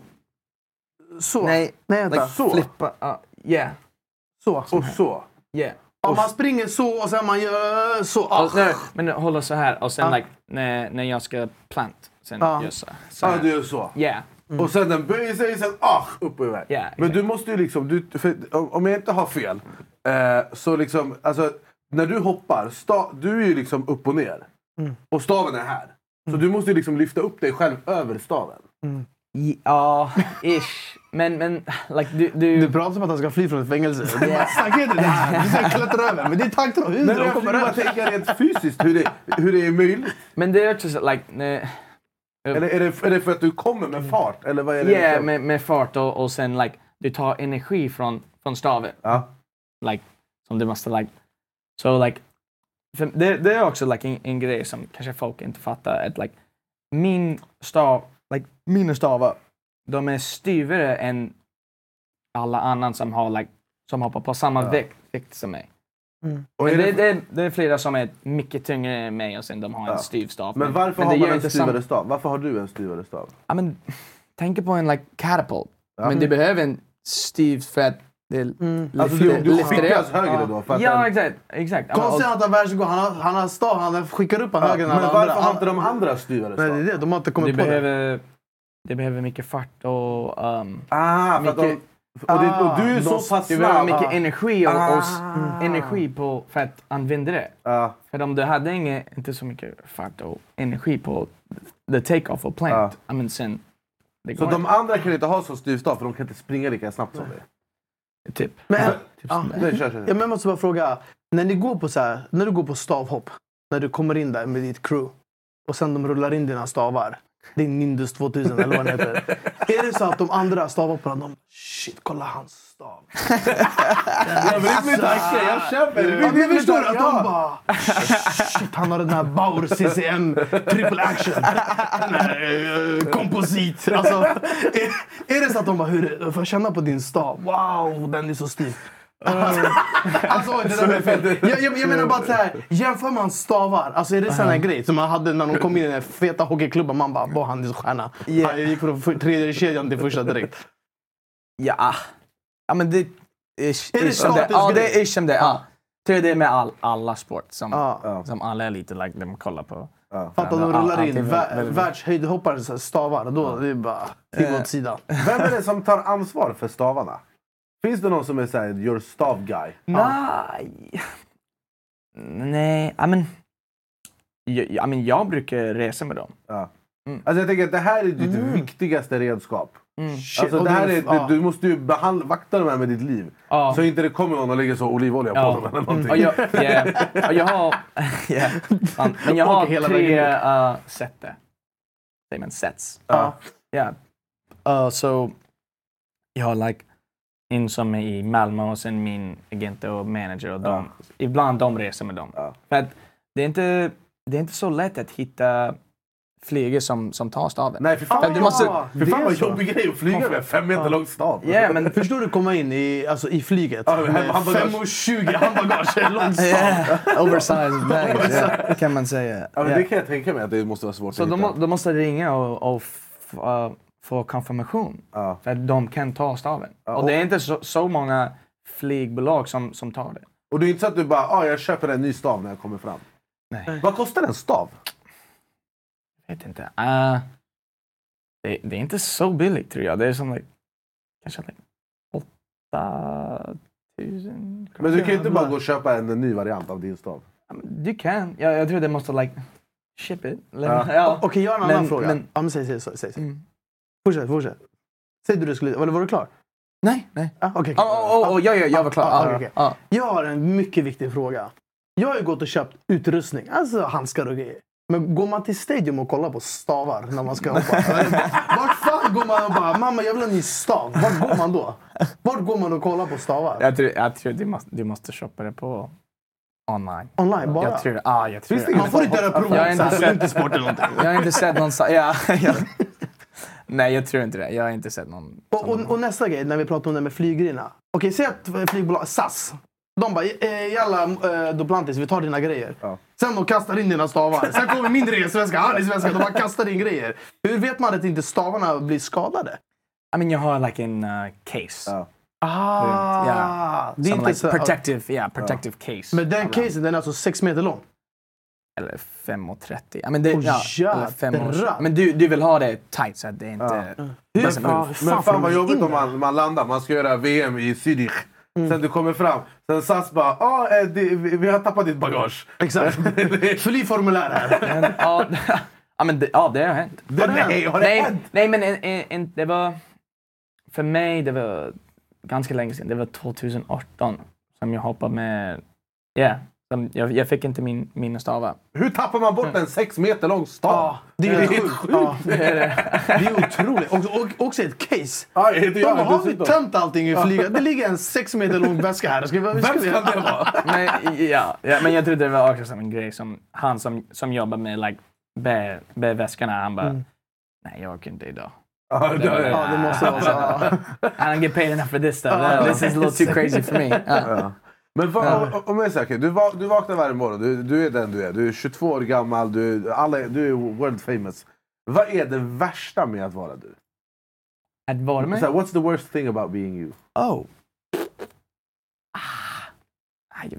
Speaker 1: Så?
Speaker 2: Nej,
Speaker 1: nej
Speaker 2: like
Speaker 3: så.
Speaker 2: Flippa, ja. Uh, yeah.
Speaker 1: Så.
Speaker 3: Och så?
Speaker 2: Yeah.
Speaker 1: Om man springer så och sen man gör så.
Speaker 2: Ah. Nej, men håller så här och sen ah. like, när, när jag ska plant, sen
Speaker 1: ah.
Speaker 2: gör så. så
Speaker 3: ja, ah, du gör så?
Speaker 2: Yeah.
Speaker 3: Mm. Och sen den böjer sig, sen ah, upp och iväg.
Speaker 2: Yeah, exactly.
Speaker 3: Men du måste ju liksom, du, för, om jag inte har fel, eh, så liksom, alltså, när du hoppar, sta, du är ju liksom upp och ner. Mm. Och staven är här. Mm. Så du måste ju liksom lyfta upp dig själv över staven.
Speaker 2: Mm. Ja, ish. Men, men, like, du, du...
Speaker 1: Du pratar som att han ska fly från ett fängelse. Du bara, snackar inte det här. Du ska klättra över. Men det är takt och hur
Speaker 3: de kommer över. Jag tänker rent fysiskt hur det, hur det är möjligt.
Speaker 2: Men det är också så, like... Ne,
Speaker 3: eller är det, är det för att du kommer med fart? Eller vad är det?
Speaker 2: Ja, yeah, med, med fart och, och sen, like, du tar energi från, från staven.
Speaker 3: Ja.
Speaker 2: Like, som du måste, like... Så, like... För det, det är också, like, en, en grej som kanske folk inte fattar. Att, like, min stav... Like, mina stavar, de är styvare än alla annan som har like, som hoppar på samma ja. vikt, vikt som mig. Mm. Och det, det, det, det är flera som är mycket tyngre än mig och sen de har ja. en styv stav.
Speaker 3: Men varför men har man en styvare stav? Varför har du en styvare stav?
Speaker 2: Ja, men tänk på en like catapult. Ja. Men du behöver en styv för att det
Speaker 3: mm. Alltså du, du skickas högre då? För att
Speaker 2: ja,
Speaker 3: den...
Speaker 2: exakt. exakt.
Speaker 1: Konstigt att han världsgår. Han har, han har stav, han skickar upp han ja, högre än alla
Speaker 3: andra. Men varför har
Speaker 1: inte
Speaker 3: de andra styvare stav?
Speaker 1: Nej, det är det. De har inte kommit
Speaker 2: du
Speaker 1: på
Speaker 2: behöver,
Speaker 1: det.
Speaker 2: Det behöver mycket fart och... Um,
Speaker 3: ah,
Speaker 2: mycket,
Speaker 3: för att de, och, det, och du är
Speaker 2: de,
Speaker 3: så pass snabb.
Speaker 2: Du behöver mycket energi och,
Speaker 3: ah.
Speaker 2: och energi på för att använda det.
Speaker 3: Ah.
Speaker 2: För om du hade inga, inte så mycket fart och energi på the take-off och plant, ah. I mean, sen Det
Speaker 3: så
Speaker 2: går
Speaker 3: de
Speaker 2: inte.
Speaker 3: andra kan inte ha så styv stav för de kan inte springa lika snabbt som dig?
Speaker 2: Typ.
Speaker 1: Men,
Speaker 2: Ja,
Speaker 1: ja,
Speaker 2: typ
Speaker 1: ja,
Speaker 2: sådär.
Speaker 3: Nej, kör, kör.
Speaker 1: men jag måste bara fråga. När, ni går på så här, när du går på stavhopp, när du kommer in där med ditt crew och sen de rullar in dina stavar. Din Nimbus tvåtusen eller vad den heter. Är det så att de andra stavhopparna, de shit, kolla hans stav.
Speaker 3: Jag vill inte tacka, jag köper det.
Speaker 1: Ja, men förstår du att de bara shit, han har den här Bauer C C M triple action. Den här uh, komposit. Alltså, är, är det så att de bara, hur, får jag känna på din stav? Wow, den är så stiv. Alltså det där är fel. Jag, jag, jag menar bara så här, jämför man stavar. Alltså är det sån här grej som man hade när de kom in i den feta hockeyklubben. Man bara, han är så stjärna.
Speaker 2: Yeah.
Speaker 1: Han gick från tredje kedjan till första direkt.
Speaker 2: Ja. Ja, men det... Ish,
Speaker 1: Är det
Speaker 2: ish som det. Ja, det är ish som det. Ja. Tror det är med all, alla sport. Som,
Speaker 1: Ja.
Speaker 2: som alla är lite like, de kollar på.
Speaker 3: Ja.
Speaker 1: Fattar de
Speaker 2: Ja,
Speaker 1: rullar
Speaker 2: allting
Speaker 1: in
Speaker 2: väldigt-
Speaker 1: vä-
Speaker 2: väldigt-
Speaker 1: världshöjdhoppares stavar. Då det är bara till åt sidan.
Speaker 3: Vem är det som tar ansvar för stavarna? Finns det någon som är såhär, your stav guy?
Speaker 2: Nej. Nej, I mean, jag, I mean, jag brukar resa med dem.
Speaker 3: Ja.
Speaker 2: Mm.
Speaker 3: Alltså jag tänker att det här är ditt viktigaste redskap.
Speaker 2: Mm.
Speaker 1: Shit,
Speaker 3: Alltså
Speaker 1: och
Speaker 3: det här
Speaker 1: det-
Speaker 3: är,
Speaker 1: ja.
Speaker 3: du, du måste ju behandla, vakta de här med ditt liv.
Speaker 2: Ja.
Speaker 3: Så inte det kommer någon och lägger så olivolja på
Speaker 2: Ja.
Speaker 3: dem eller någonting.
Speaker 2: Och jag, yeah. och jag har... yeah. Um, men jag har
Speaker 1: Åker hela
Speaker 2: tre
Speaker 1: vägen
Speaker 2: uh, sätter. Säger man sets?
Speaker 3: Ja.
Speaker 2: Yeah. Uh, så jag har like en som är i Malmö och sen min agent och manager och de, ibland de reser med dem.
Speaker 3: Ja.
Speaker 2: För att det är inte, det är inte så lätt att hitta flygor som, som tar staven.
Speaker 3: Nej, för fan,
Speaker 2: För du måste...
Speaker 3: för fan vad jobbig grej att flyga med fem meter lång stav.
Speaker 2: Yeah, men
Speaker 1: Förstår du komma in i, alltså, i flyget
Speaker 3: Ja, med
Speaker 1: med
Speaker 3: handbagage.
Speaker 1: fem och tjugo handbagage, lång stav.
Speaker 2: yeah, oversized bags, yeah, kan man säga.
Speaker 3: Ja, men
Speaker 2: Yeah.
Speaker 3: det kan jag tänka mig att det måste vara svårt
Speaker 2: Så
Speaker 3: att
Speaker 2: de,
Speaker 3: hitta.
Speaker 2: må- de måste ringa och, och f- uh, få konfirmation.
Speaker 3: Ja.
Speaker 2: För att de kan ta staven.
Speaker 3: Ja,
Speaker 2: och det är inte så, så många flygbolag som, som tar det.
Speaker 3: Och det är inte så att du bara, ah, jag köper en ny stav när jag kommer fram.
Speaker 2: Nej.
Speaker 3: Vad kostar en stav?
Speaker 2: Jag vet inte. Uh, det, det är inte så billigt tror jag. Det är som like, kanske like åtta tusen
Speaker 3: Men du kan ju inte bara gå och köpa en, en ny variant av din stav.
Speaker 2: Du kan. Jag, jag tror det måste like ship it.
Speaker 3: Ja.
Speaker 2: Ja.
Speaker 1: Okej, jag har en annan
Speaker 2: Men-
Speaker 1: fråga.
Speaker 2: men-
Speaker 1: ja, men säg, säg, säg, säg.
Speaker 2: Mm.
Speaker 1: Fortsätt, fortsätt. Säg du det skulle... Var, var du klar?
Speaker 2: Nej, nej.
Speaker 1: Ja, okej.
Speaker 2: Oh, oh, oh, ja, ja, jag var klar.
Speaker 1: Ah,
Speaker 2: Ah,
Speaker 1: okej, okej.
Speaker 2: ah.
Speaker 1: Jag har en mycket viktig fråga. Jag har ju gått och köpt utrustning, alltså handskar och grejer. Men går man till Stadium och kollar på stavar när man ska hoppa? Vart fan går man och bara, mamma jag vill ha en ny stav. Vart går man då? Vart går man och kollar på stavar?
Speaker 2: Jag tror, jag tror du, måste, du måste shoppa det på online.
Speaker 1: Online bara?
Speaker 2: Jag tror, ah, jag tror
Speaker 3: Finns det
Speaker 2: det.
Speaker 1: Man får inte göra prov,
Speaker 2: Jag har inte
Speaker 1: så här,
Speaker 2: sett-
Speaker 1: inte sport eller någonting.
Speaker 2: Jag har inte sett någon... sa- Ja, ja. Nej, jag tror inte det. Jag har inte sett någon...
Speaker 1: Och, och, och nästa grej, när vi pratar om det med flyggrejerna. Okej, säg att flygbolag, S A S. De bara, eh, jalla eh, Duplantis, vi tar dina grejer.
Speaker 3: Ja.
Speaker 1: Sen de kastar in dina stavar. Sen kommer min resväska, han är svenska. De bara kastar in grejer. Hur vet man att inte stavarna blir skadade?
Speaker 2: I mean, jag har like en uh, case.
Speaker 3: Ja.
Speaker 1: Ah,
Speaker 2: Ja.
Speaker 1: det är
Speaker 2: Som
Speaker 1: inte
Speaker 2: like
Speaker 1: så...
Speaker 2: protective, yeah, protective case.
Speaker 1: Men den casen, den är alltså sex meter lång.
Speaker 2: Eller fem och trettio. I mean, det,
Speaker 1: Åh,
Speaker 2: ja, eller fem och,
Speaker 1: jädrar.
Speaker 2: men du, du vill ha det tight så att det inte...
Speaker 1: Hur,
Speaker 2: doesn't
Speaker 1: ja,
Speaker 2: move.
Speaker 1: hur
Speaker 3: Men
Speaker 1: får
Speaker 3: fan
Speaker 1: de
Speaker 3: vad
Speaker 1: in
Speaker 3: jobbigt om
Speaker 1: det?
Speaker 3: man, man landar, man ska göra V M i Zürich. Sen du kommer fram, sen S A S bara, ah, eh, det, vi, vi har tappat ditt bagage.
Speaker 1: Exakt. Flyformulär här.
Speaker 2: Men, ja, ja, men det, ja, det har hänt.
Speaker 3: Det, nej, har det
Speaker 2: Nej,
Speaker 3: hänt?
Speaker 2: nej, men en, en, en, det var... För mig, det var ganska länge sedan. Det var tjugoarton som jag hoppade med... Ja, yeah, jag, jag fick inte min, mina stavar.
Speaker 3: Hur tappar man bort en sex meter lång stav?
Speaker 1: Ja, det är
Speaker 3: helt
Speaker 1: sjukt.
Speaker 3: sjukt.
Speaker 1: Ja,
Speaker 2: Det är det.
Speaker 1: det är otroligt. Och, och, också ett case.
Speaker 3: Ja, det
Speaker 1: De
Speaker 3: gör
Speaker 1: bara,
Speaker 3: det
Speaker 1: har vi
Speaker 3: dessutom.
Speaker 1: tömt allting i flyget? Det ligger en sex meter lång väska här. Ska vi, ska
Speaker 3: Vem
Speaker 1: vi,
Speaker 3: ska det vara?
Speaker 2: Men, ja, ja, men jag trodde det var också som en grej som han som, som jobbar med like, bär, bär väskorna, han bara nej jag orkar inte idag.
Speaker 3: Ja, det är det.
Speaker 1: Ja, det måste vara så. Ja.
Speaker 2: I don't get paid enough for this stuff. This is a little too crazy for me. Ja.
Speaker 3: Ja. Men vad, om- om jag säger, okay, du, va- du vaknar varje morgon, du, du är den du är. Du är tjugotvå år gammal, du, alla, du är world famous. Vad är det värsta med att vara du?
Speaker 2: Att vara med?
Speaker 3: Så här, what's the worst thing about being you?
Speaker 2: Oh. Ah. Aj.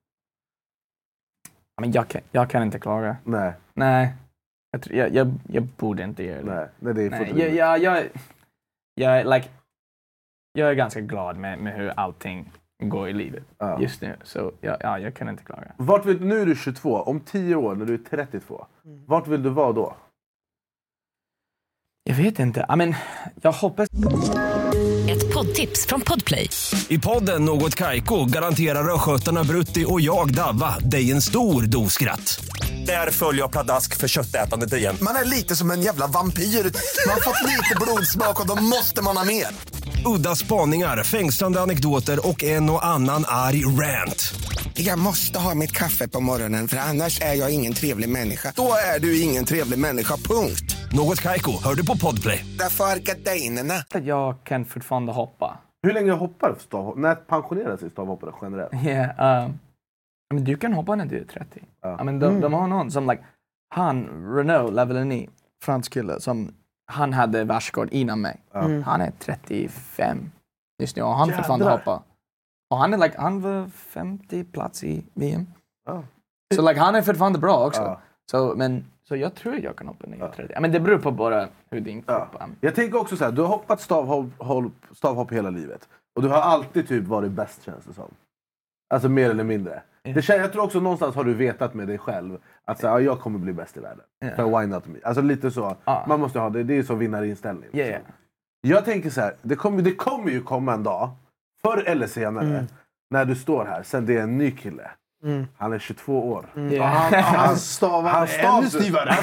Speaker 2: Men jag kan, jag kan inte klaga.
Speaker 3: Nej,
Speaker 2: Nej. Jag, tror- jag, jag, jag borde inte göra det.
Speaker 3: nej, nej det är
Speaker 2: Nej,
Speaker 3: fullt
Speaker 2: jag,
Speaker 3: rimligt.
Speaker 2: jag, jag, jag, like, jag är ganska glad med, med hur allting går i livet
Speaker 3: Ja.
Speaker 2: just nu. Så ja, ja, jag kan inte klaga.
Speaker 3: Vart vill, nu är du tjugotvå, om tio år när du är trettiotvå, vart vill du vara då?
Speaker 2: Jag vet inte. I mean, jag hoppas...
Speaker 4: Ett poddtips från Podplay.
Speaker 7: I podden Något Kaiko garanterar röskötarna Brutti och jag Davva dig en stor doskratt. Där följer jag pladask för köttätandet igen.
Speaker 8: Man är lite som en jävla vampyr. Man har fått lite blodsmak och då måste man ha mer.
Speaker 7: Udda spaningar, fängslande anekdoter och en och annan arg rant.
Speaker 8: Jag måste ha mitt kaffe på morgonen för annars är jag ingen trevlig människa. Då är du ingen trevlig människa, punkt.
Speaker 7: Något Kaiko, hör du på Podplay.
Speaker 8: Därför är gardinerna.
Speaker 2: Jag kan fortfarande hoppa.
Speaker 3: Hur länge hoppar stavhopp? När pensionerar sig stavhoppare generellt?
Speaker 2: Ja, yeah, um, I mean, du kan hoppa när du är trettio.
Speaker 3: Ja.
Speaker 2: I mean, de, mm. de har någon som, like, han, Renault Lavillenie, fransk kille, som han hade världsrekord innan mig. Mm. Han är trettiofem just nu och han fortfarande hoppa. Och han är like, han var femtio plats i V M. Oh. Så like, han är fortfarande bra också. Oh. Så, men, så jag tror jag kan hoppa när jag är trettio. Men det beror på bara hur din kropp är.
Speaker 3: Jag tänker också så här, du har hoppat stavhopp, stavhopp hela livet. Och du har alltid typ varit bäst, känns det som. Alltså mer eller mindre. Yeah. Det, jag tror också någonstans har du vetat med dig själv att så här, jag kommer bli bäst i världen. Yeah. För why not me? Alltså lite så. Ah. Man måste ha det. Det är så vinnarinställning.
Speaker 2: Yeah, yeah.
Speaker 3: Jag tänker så här, det kommer, det kommer ju komma en dag, förr eller senare, mm. när du står här, sen det är en ny kille. Mm. Han är tjugotvå år.
Speaker 1: Mm. Yeah. Han, han stavar han stav, ännu styvare.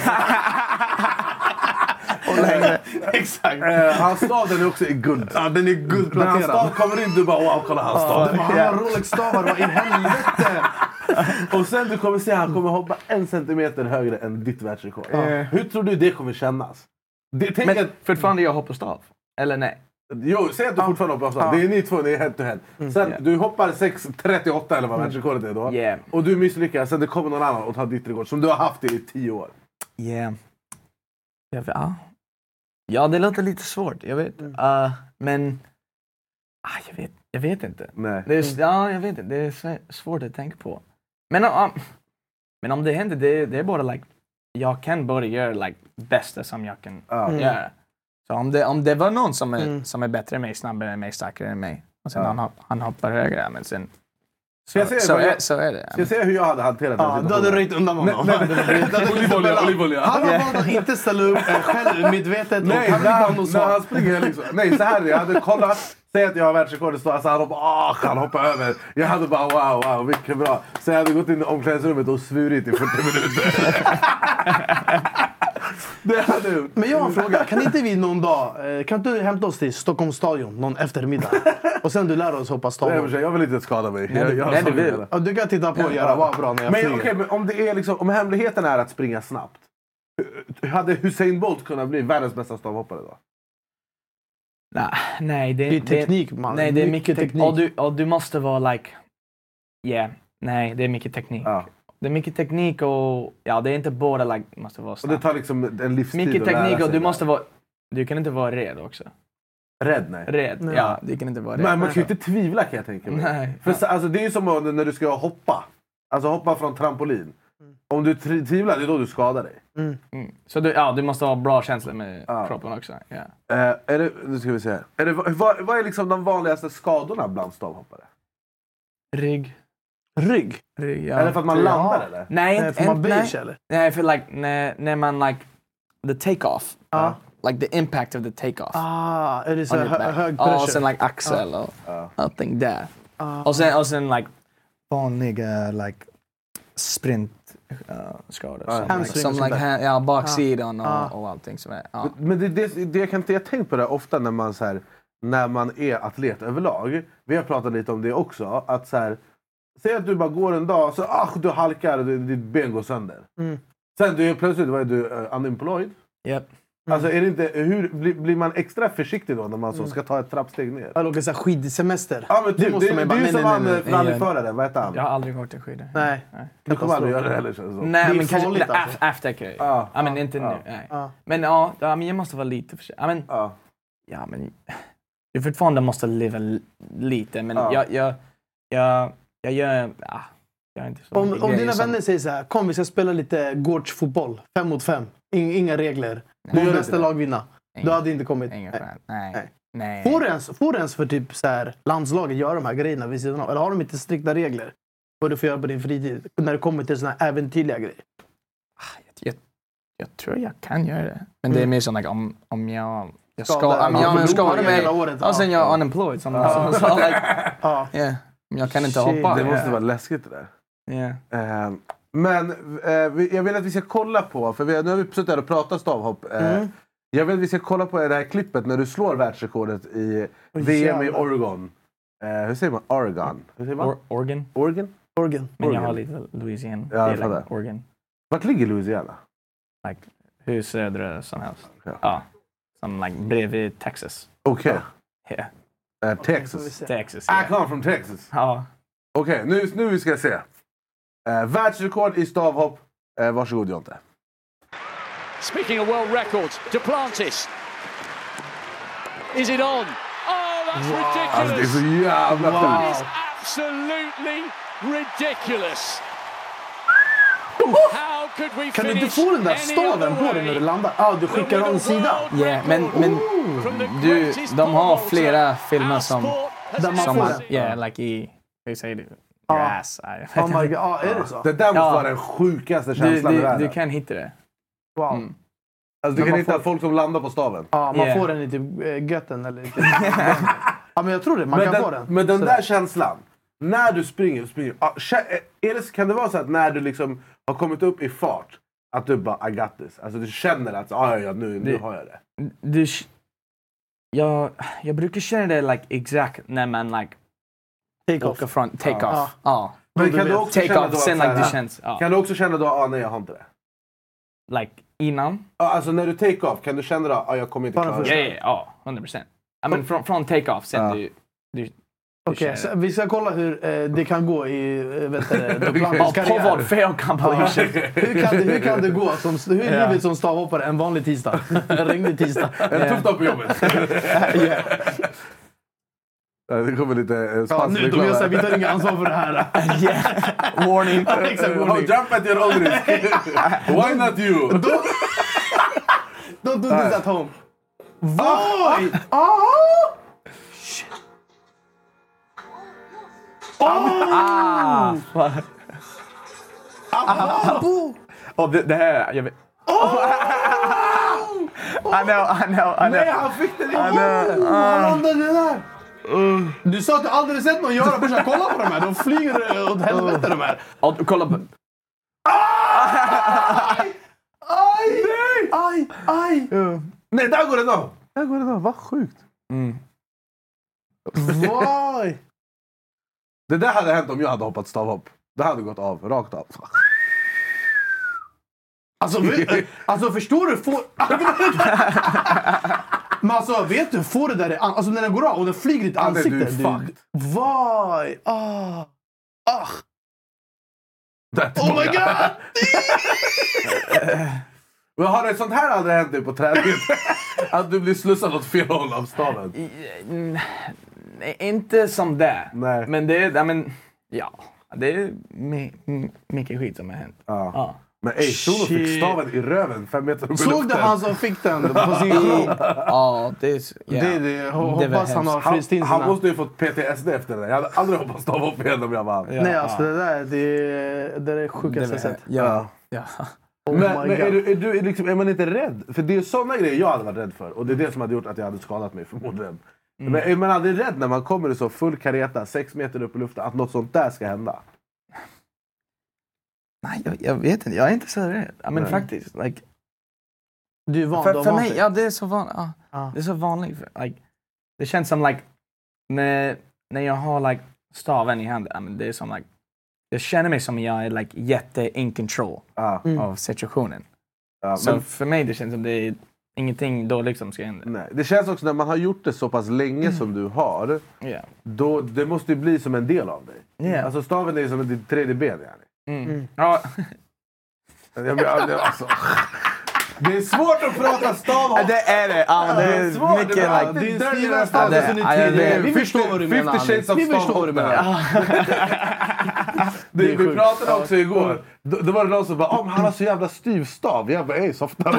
Speaker 3: Och längre. Exakt. Uh, hans stav den är också i guld.
Speaker 1: Ja, den är guldplanterad.
Speaker 3: När hans stav kommer in, du bara wow, kolla hans stav.
Speaker 1: Uh, han har Rolex-stavar, vad i helvete.
Speaker 3: Och sen du kommer se han kommer hoppa en centimeter högre än ditt världsrekord. Uh. Hur tror du det kommer kännas?
Speaker 2: Det, Men att, fortfarande jag hoppar stav? Eller nej?
Speaker 3: Jo, säg att du uh. fortfarande hoppar stav. Uh. Det är ni två, det är head to head. Mm. Sen yeah. du hoppar sex trettioåtta eller vad världsrekordet är då.
Speaker 2: Yeah.
Speaker 3: Och du misslyckas, sen det kommer någon annan och tar ditt rekord som du har haft i tio år.
Speaker 2: Yeah. Ja, ja. ja, det låter lite svårt, jag vet. Mm. Uh, men ah, jag, vet, jag vet inte.
Speaker 3: Nej.
Speaker 2: Det är, ja, jag vet inte. Det är svårt att tänka på. Men, uh, men om det händer, det, det är bara like, jag kan bara göra like, bästa som jag kan mm. göra. Så om det, om det var någon som är, mm. som är bättre än mig, snabbare än mig, starkare än mig, och sen ja. han, han hoppar högre, men sen så, så, så, är, så är det.
Speaker 3: Ska jag säga hur jag hade hanterat
Speaker 1: ja,
Speaker 3: den
Speaker 1: du hade röjt undan honom.
Speaker 3: Olivolja, olivolja.
Speaker 1: Han har valt att inte ställa upp själv medvetet.
Speaker 3: Nej, när han, när han springer liksom. Nej, så här, jag hade kollat. Säg att jag har världsrekordet, alltså han hoppar, ah, han hoppar över. Jag hade bara wow, wow, vilket bra. Så jag hade gått in i omklädningsrummet och svurit i fyrtio minuter. Det hade gjort.
Speaker 1: Men jag har en fråga, kan inte vi någon dag, kan du hämta oss till Stockholms stadion någon eftermiddag? Och sen du lär oss hoppa stavhopp.
Speaker 3: Jag vill inte skada mig.
Speaker 2: Nej,
Speaker 3: jag, jag
Speaker 2: nej, du vill.
Speaker 1: Ja, du kan titta på och göra, vad bra när jag
Speaker 3: men,
Speaker 1: flyger.
Speaker 3: Okay, men om det är liksom, om hemligheten är att springa snabbt. Hade Usain Bolt kunnat bli världens bästa stavhoppare då?
Speaker 2: Nej, nej det,
Speaker 1: det är teknik, man.
Speaker 2: Nej, det är mycket teknik. Och du, och du måste vara like, yeah, nej, det är mycket teknik. Ja. Det är mycket teknik och ja, det är inte bara like, måste vara snabb.
Speaker 3: Och det tar liksom en livstid.
Speaker 2: Mycket teknik och du måste vara, du kan inte vara rädd också.
Speaker 3: Rädd, nej.
Speaker 2: Rädd, nej. Ja, du kan inte vara rädd.
Speaker 3: Men man kan ju inte tvivla, kan jag tänka mig.
Speaker 2: Nej.
Speaker 3: För ja. alltså, det är ju som när du ska hoppa. Alltså hoppa från trampolin. Mm. Om du tvivlar, det är då du skadar dig.
Speaker 2: Mm. Mm. Så du, ja, du måste ha bra känsla med ja. kroppen också. Yeah.
Speaker 3: Uh, är det, nu ska vi se. Är det, vad, vad är liksom de vanligaste skadorna bland stavhoppare?
Speaker 2: Rygg.
Speaker 1: Rygg?
Speaker 2: Rygg, ja.
Speaker 3: Är det för att man
Speaker 2: ja.
Speaker 3: landar eller?
Speaker 2: Nej,
Speaker 1: nej, för man böjs eller?
Speaker 2: Nej, för like, när, när man like, the take-off. Uh. Like the impact of the take-off.
Speaker 1: Ah, är det så hö hög pressure?
Speaker 2: Och sen like axel uh. och uh. allting där.
Speaker 1: Uh.
Speaker 2: Och, sen, och sen like vanliga like sprint uh, skador. Uh. Som, like, som like, hand, ja, baksidan uh. och, uh. och allting som är. Uh.
Speaker 3: Men det, det, det jag kan inte, jag tänkt på det ofta när man så här, när man är atlet överlag. Vi har pratat lite om det också, att så här, säg att du bara går en dag så ah, du halkar och ditt ben går sönder. Mm. Sen du är plötsligt vad är du uh, unemployed.
Speaker 2: Yep.
Speaker 3: Mm. Alltså är det inte, hur blir, blir man extra försiktig då när man så ska ta ett trappsteg ner?
Speaker 1: Jag åker så här skidsemester.
Speaker 3: Ja, men typ, det, måste det, man bara, det är ju som han rallyföraren, vad heter han?
Speaker 2: Jag har aldrig åkt en skidor.
Speaker 1: Nej.
Speaker 2: nej.
Speaker 3: Du kommer aldrig göra det heller, känns det så.
Speaker 2: Nej,
Speaker 1: det
Speaker 2: men kanske
Speaker 1: farligt,
Speaker 2: alltså. After ah, I mean, ah, inte ah, nu. Nej. Ah. Men ja, ja, men jag måste vara lite försiktig. I mean, ah. Ja, men jag fortfarande måste leva lite, men ah. jag, jag, jag, jag gör... Ah, jag är inte så
Speaker 1: om om dina som... vänner säger så här, kom vi ska spela lite gårdsfotboll, fem mot fem. Inga regler. Du gör bästa lag vinna. Du hade inte kommit.
Speaker 2: Nej. Nej. Nej.
Speaker 1: Får du ens, får du ens för typ så här, landslaget göra de här grejerna vid sidan av? Eller har de inte strikta regler vad du får göra på din fritid när det kommer till såna här äventyrliga grejer?
Speaker 2: Jag, jag tror jag kan göra det. Men mm. det är mer som like, om, om jag... Jag ska,
Speaker 1: skadar,
Speaker 2: om jag,
Speaker 1: ja,
Speaker 2: jag skadar mig
Speaker 1: året,
Speaker 2: och sen jag är unemployed. Som, ja. så, så, like, ja. yeah. Jag kan inte
Speaker 1: Shit,
Speaker 2: hoppa.
Speaker 3: Det måste
Speaker 2: yeah.
Speaker 3: vara läskigt det där.
Speaker 2: Yeah.
Speaker 3: Uh, men uh, jag vill att vi ska kolla på, för vi, nu har vi suttit där och pratat stavhopp. Uh, mm. Jag vill att vi ska kolla på det här klippet när du slår världsrekordet i oh, V M i Oregon. Uh, hur säger man? Oregon? Hur säger man?
Speaker 2: Or- Oregon.
Speaker 3: Oregon?
Speaker 1: Oregon.
Speaker 2: Men jag har lite Louisiana.
Speaker 3: Ja,
Speaker 2: det är like Oregon.
Speaker 3: Vart ligger Louisiana?
Speaker 2: Like, hur södra som helst.
Speaker 3: Okay.
Speaker 2: Ja. Som like bredvid Texas.
Speaker 3: Okej. Okay.
Speaker 2: Yeah.
Speaker 3: Uh, Texas.
Speaker 2: Texas.
Speaker 3: Yeah. I come from Texas.
Speaker 2: Ja.
Speaker 3: Okej, okay, nu, nu ska jag se. Uh, världsrekord i stavhopp. Uh, varsågod Jonte.
Speaker 9: Speaking of world records, Duplantis. Is it on? Oh, that's wow. ridiculous.
Speaker 3: Alltså, det är så jävla
Speaker 9: wow. That is absolutely ridiculous. How could we
Speaker 1: kan du inte få den där staven på dig när du landar? Ja, ah, du skickar den sidan.
Speaker 2: Ja, yeah, men, men du, de har flera filmer som...
Speaker 1: Där man får den?
Speaker 2: Ja, like i... Hur säger du? Grass.
Speaker 1: Oh my god, ah, är det så?
Speaker 3: Det där måste ja. vara den sjukaste känslan
Speaker 2: du,
Speaker 3: i världen.
Speaker 2: Du kan hitta det.
Speaker 1: Wow.
Speaker 2: Mm.
Speaker 3: Alltså du kan hitta får... folk som landar på staven.
Speaker 1: Ja, man yeah. får den i typ götten eller... ja, men jag tror det. Man
Speaker 3: men
Speaker 1: kan
Speaker 3: den,
Speaker 1: få den.
Speaker 3: Men den där känslan, när du springer, springer är det, kan det vara så att när du liksom har kommit upp i fart, att du bara, I got this. Alltså du känner att, ah, ja, nu, nu har jag det.
Speaker 2: Du, jag, jag brukar känna det like, exakt när man like,
Speaker 1: take off.
Speaker 2: Från, take
Speaker 1: ja.
Speaker 2: off. Ja. Ja.
Speaker 3: Men kan du också
Speaker 2: take
Speaker 3: känna
Speaker 2: off,
Speaker 3: då
Speaker 2: sen,
Speaker 3: att,
Speaker 2: like, det känns, ja.
Speaker 3: Kan du också känna då, ah, nej jag har inte det?
Speaker 2: Like innan?
Speaker 3: Ja, alltså när du take off, kan du känna då, ah, jag kommer inte klara det?
Speaker 2: Ja, ja, ja, hundra procent. I mean, från, från take off, sen ja. du... du
Speaker 1: Okej, okay, vi ska kolla hur eh, det kan gå i vet du,
Speaker 2: Duplantis karriär. På vad fail compilation.
Speaker 1: hur, kan det, hur kan det gå? Som, hur är yeah. livet som stavhoppare en vanlig tisdag? En regnig tisdag.
Speaker 3: En yeah. tuff dag på jobbet. yeah. Det kommer lite eh,
Speaker 1: ja, nu, de säga, vi tar inga ansvar för det här.
Speaker 2: yeah. Warning.
Speaker 3: warning. Jump at your own risk. Why not you?
Speaker 1: Don't, don't do this at home. Voj! Oh! Oh!
Speaker 2: Ah! Fuck.
Speaker 1: Ah!
Speaker 2: Oh, det, det här... Jag vet...
Speaker 1: Oh!
Speaker 2: I know, I know, I know.
Speaker 1: Nej, han fick den i huvudet! Han landade det där! Uh. Du sa att du aldrig sett någon göra först. Kolla på de här, de flyger åt helvete de här.
Speaker 2: Ja, kolla på...
Speaker 1: Aj! Aj! Nej! Aj! Aj!
Speaker 3: Uh. Nej, där går det då! Där går det då, vad sjukt.
Speaker 2: Mm.
Speaker 1: Voj!
Speaker 3: Det där hade hänt om jag hade hoppat stavhopp. Det hade gått av, rakt av.
Speaker 1: Alltså, alltså förstår du? Får... Men alltså, vet du, får det där, alltså när den går av och den flyger i ditt ansikte.
Speaker 3: Du är fucked.
Speaker 1: Vaj! Ah! Ah!
Speaker 3: Oh
Speaker 1: my god!
Speaker 3: Men har det sånt här aldrig hänt dig på träningen? Att du blir slussad åt fel håll av staven?
Speaker 2: Nej, inte som det.
Speaker 3: Nej.
Speaker 2: Men det är, I mean, ja, det är my- mycket skit som har hänt.
Speaker 3: Ja.
Speaker 2: Ja.
Speaker 3: Men ej, Solo fick staven i röven fem meter upp i
Speaker 1: luften. Såg du han som fick den på sin klon?
Speaker 2: Ja, det är... Yeah.
Speaker 1: Det, det, hoppas han har fryst in
Speaker 3: Han, han måste ju fått P T S D efter det där. Jag hade aldrig hoppat stavhopp igen om jag vann.
Speaker 1: Ja, nej, alltså ja. det där det, det är det sjukaste jag sett.
Speaker 2: Ja. ja.
Speaker 1: Oh
Speaker 3: men men är, du, är, du, liksom, är man inte rädd? För det är sådana grejer jag hade varit rädd för. Och det är det som hade gjort att jag hade skadat mig förmodligen. Mm. Men är man aldrig rädd när man kommer i så full kareta, sex meter upp i luften, att något sånt där ska hända?
Speaker 2: Nej, jag, jag vet inte. Jag är inte så rädd. I mean, faktiskt. Like,
Speaker 1: du är van,
Speaker 2: för, för mig,
Speaker 1: sig.
Speaker 2: ja, det är så vanligt. Ja,
Speaker 1: ah.
Speaker 2: Det är så vanligt. Like, det känns som like, när, när jag har like, staven i handen, I mean, det är som like, jag känner mig som jag är like, jätte in control
Speaker 3: ah.
Speaker 2: mm. av situationen.
Speaker 3: Ja,
Speaker 2: så
Speaker 3: men...
Speaker 2: för mig det känns som det är ingenting dåligt som ska hända.
Speaker 3: Nej. Det känns också när man har gjort det så pass länge mm. som du har,
Speaker 2: yeah.
Speaker 3: då, det måste ju bli som en del av dig.
Speaker 2: Yeah.
Speaker 3: Alltså staven är ju som ett tredje ben. Yani.
Speaker 2: Mm. Mm. Ja.
Speaker 3: alltså, det är svårt att prata stavhopp.
Speaker 2: Det är det. Ja, det är, det är svårt. Mycket
Speaker 3: det
Speaker 2: like,
Speaker 1: din skrivna stav är så tredje. Vi förstår vad du menar.
Speaker 3: fifty shades of
Speaker 1: Vi förstår vad du menar.
Speaker 3: det, vi pratade också igår. Då, då var det någon som bara, oh, han har så jävla styv stav. Jag bara, ej, softa.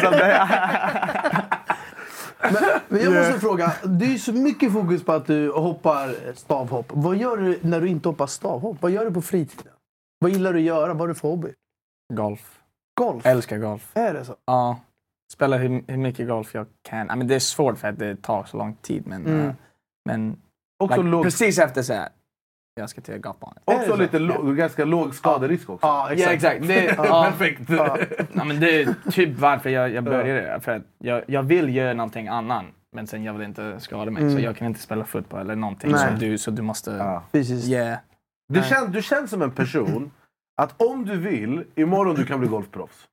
Speaker 1: Men, men jag måste fråga, det är ju så mycket fokus på att du hoppar stavhopp. Vad gör du när du inte hoppar stavhopp? Vad gör du på fritiden? Vad gillar du att göra? Vad är det för hobby?
Speaker 2: Golf.
Speaker 1: Golf?
Speaker 2: Älskar golf.
Speaker 1: Är det så?
Speaker 2: Ja. Spelar hur, hur mycket golf jag kan. I mean, det är svårt för att det tar så lång tid. Men, mm. uh, men
Speaker 3: också
Speaker 2: like,
Speaker 3: låg...
Speaker 2: precis efter så här, jag ska till golfbanan.
Speaker 3: Också lite lo- ganska låg skaderisk också.
Speaker 2: Ja, exakt. Ja, exakt. Det, ja,
Speaker 3: perfekt.
Speaker 2: Ja. Ja, men det är typ varför jag, jag började. För att jag, jag vill göra någonting annat. Men sen jag vill inte skada mig. Mm. Så jag kan inte spela fotboll eller någonting. Så du, så du måste... Ja. Yeah.
Speaker 3: Du, känns, du känns som en person att om du vill, imorgon du kan bli golfproffs.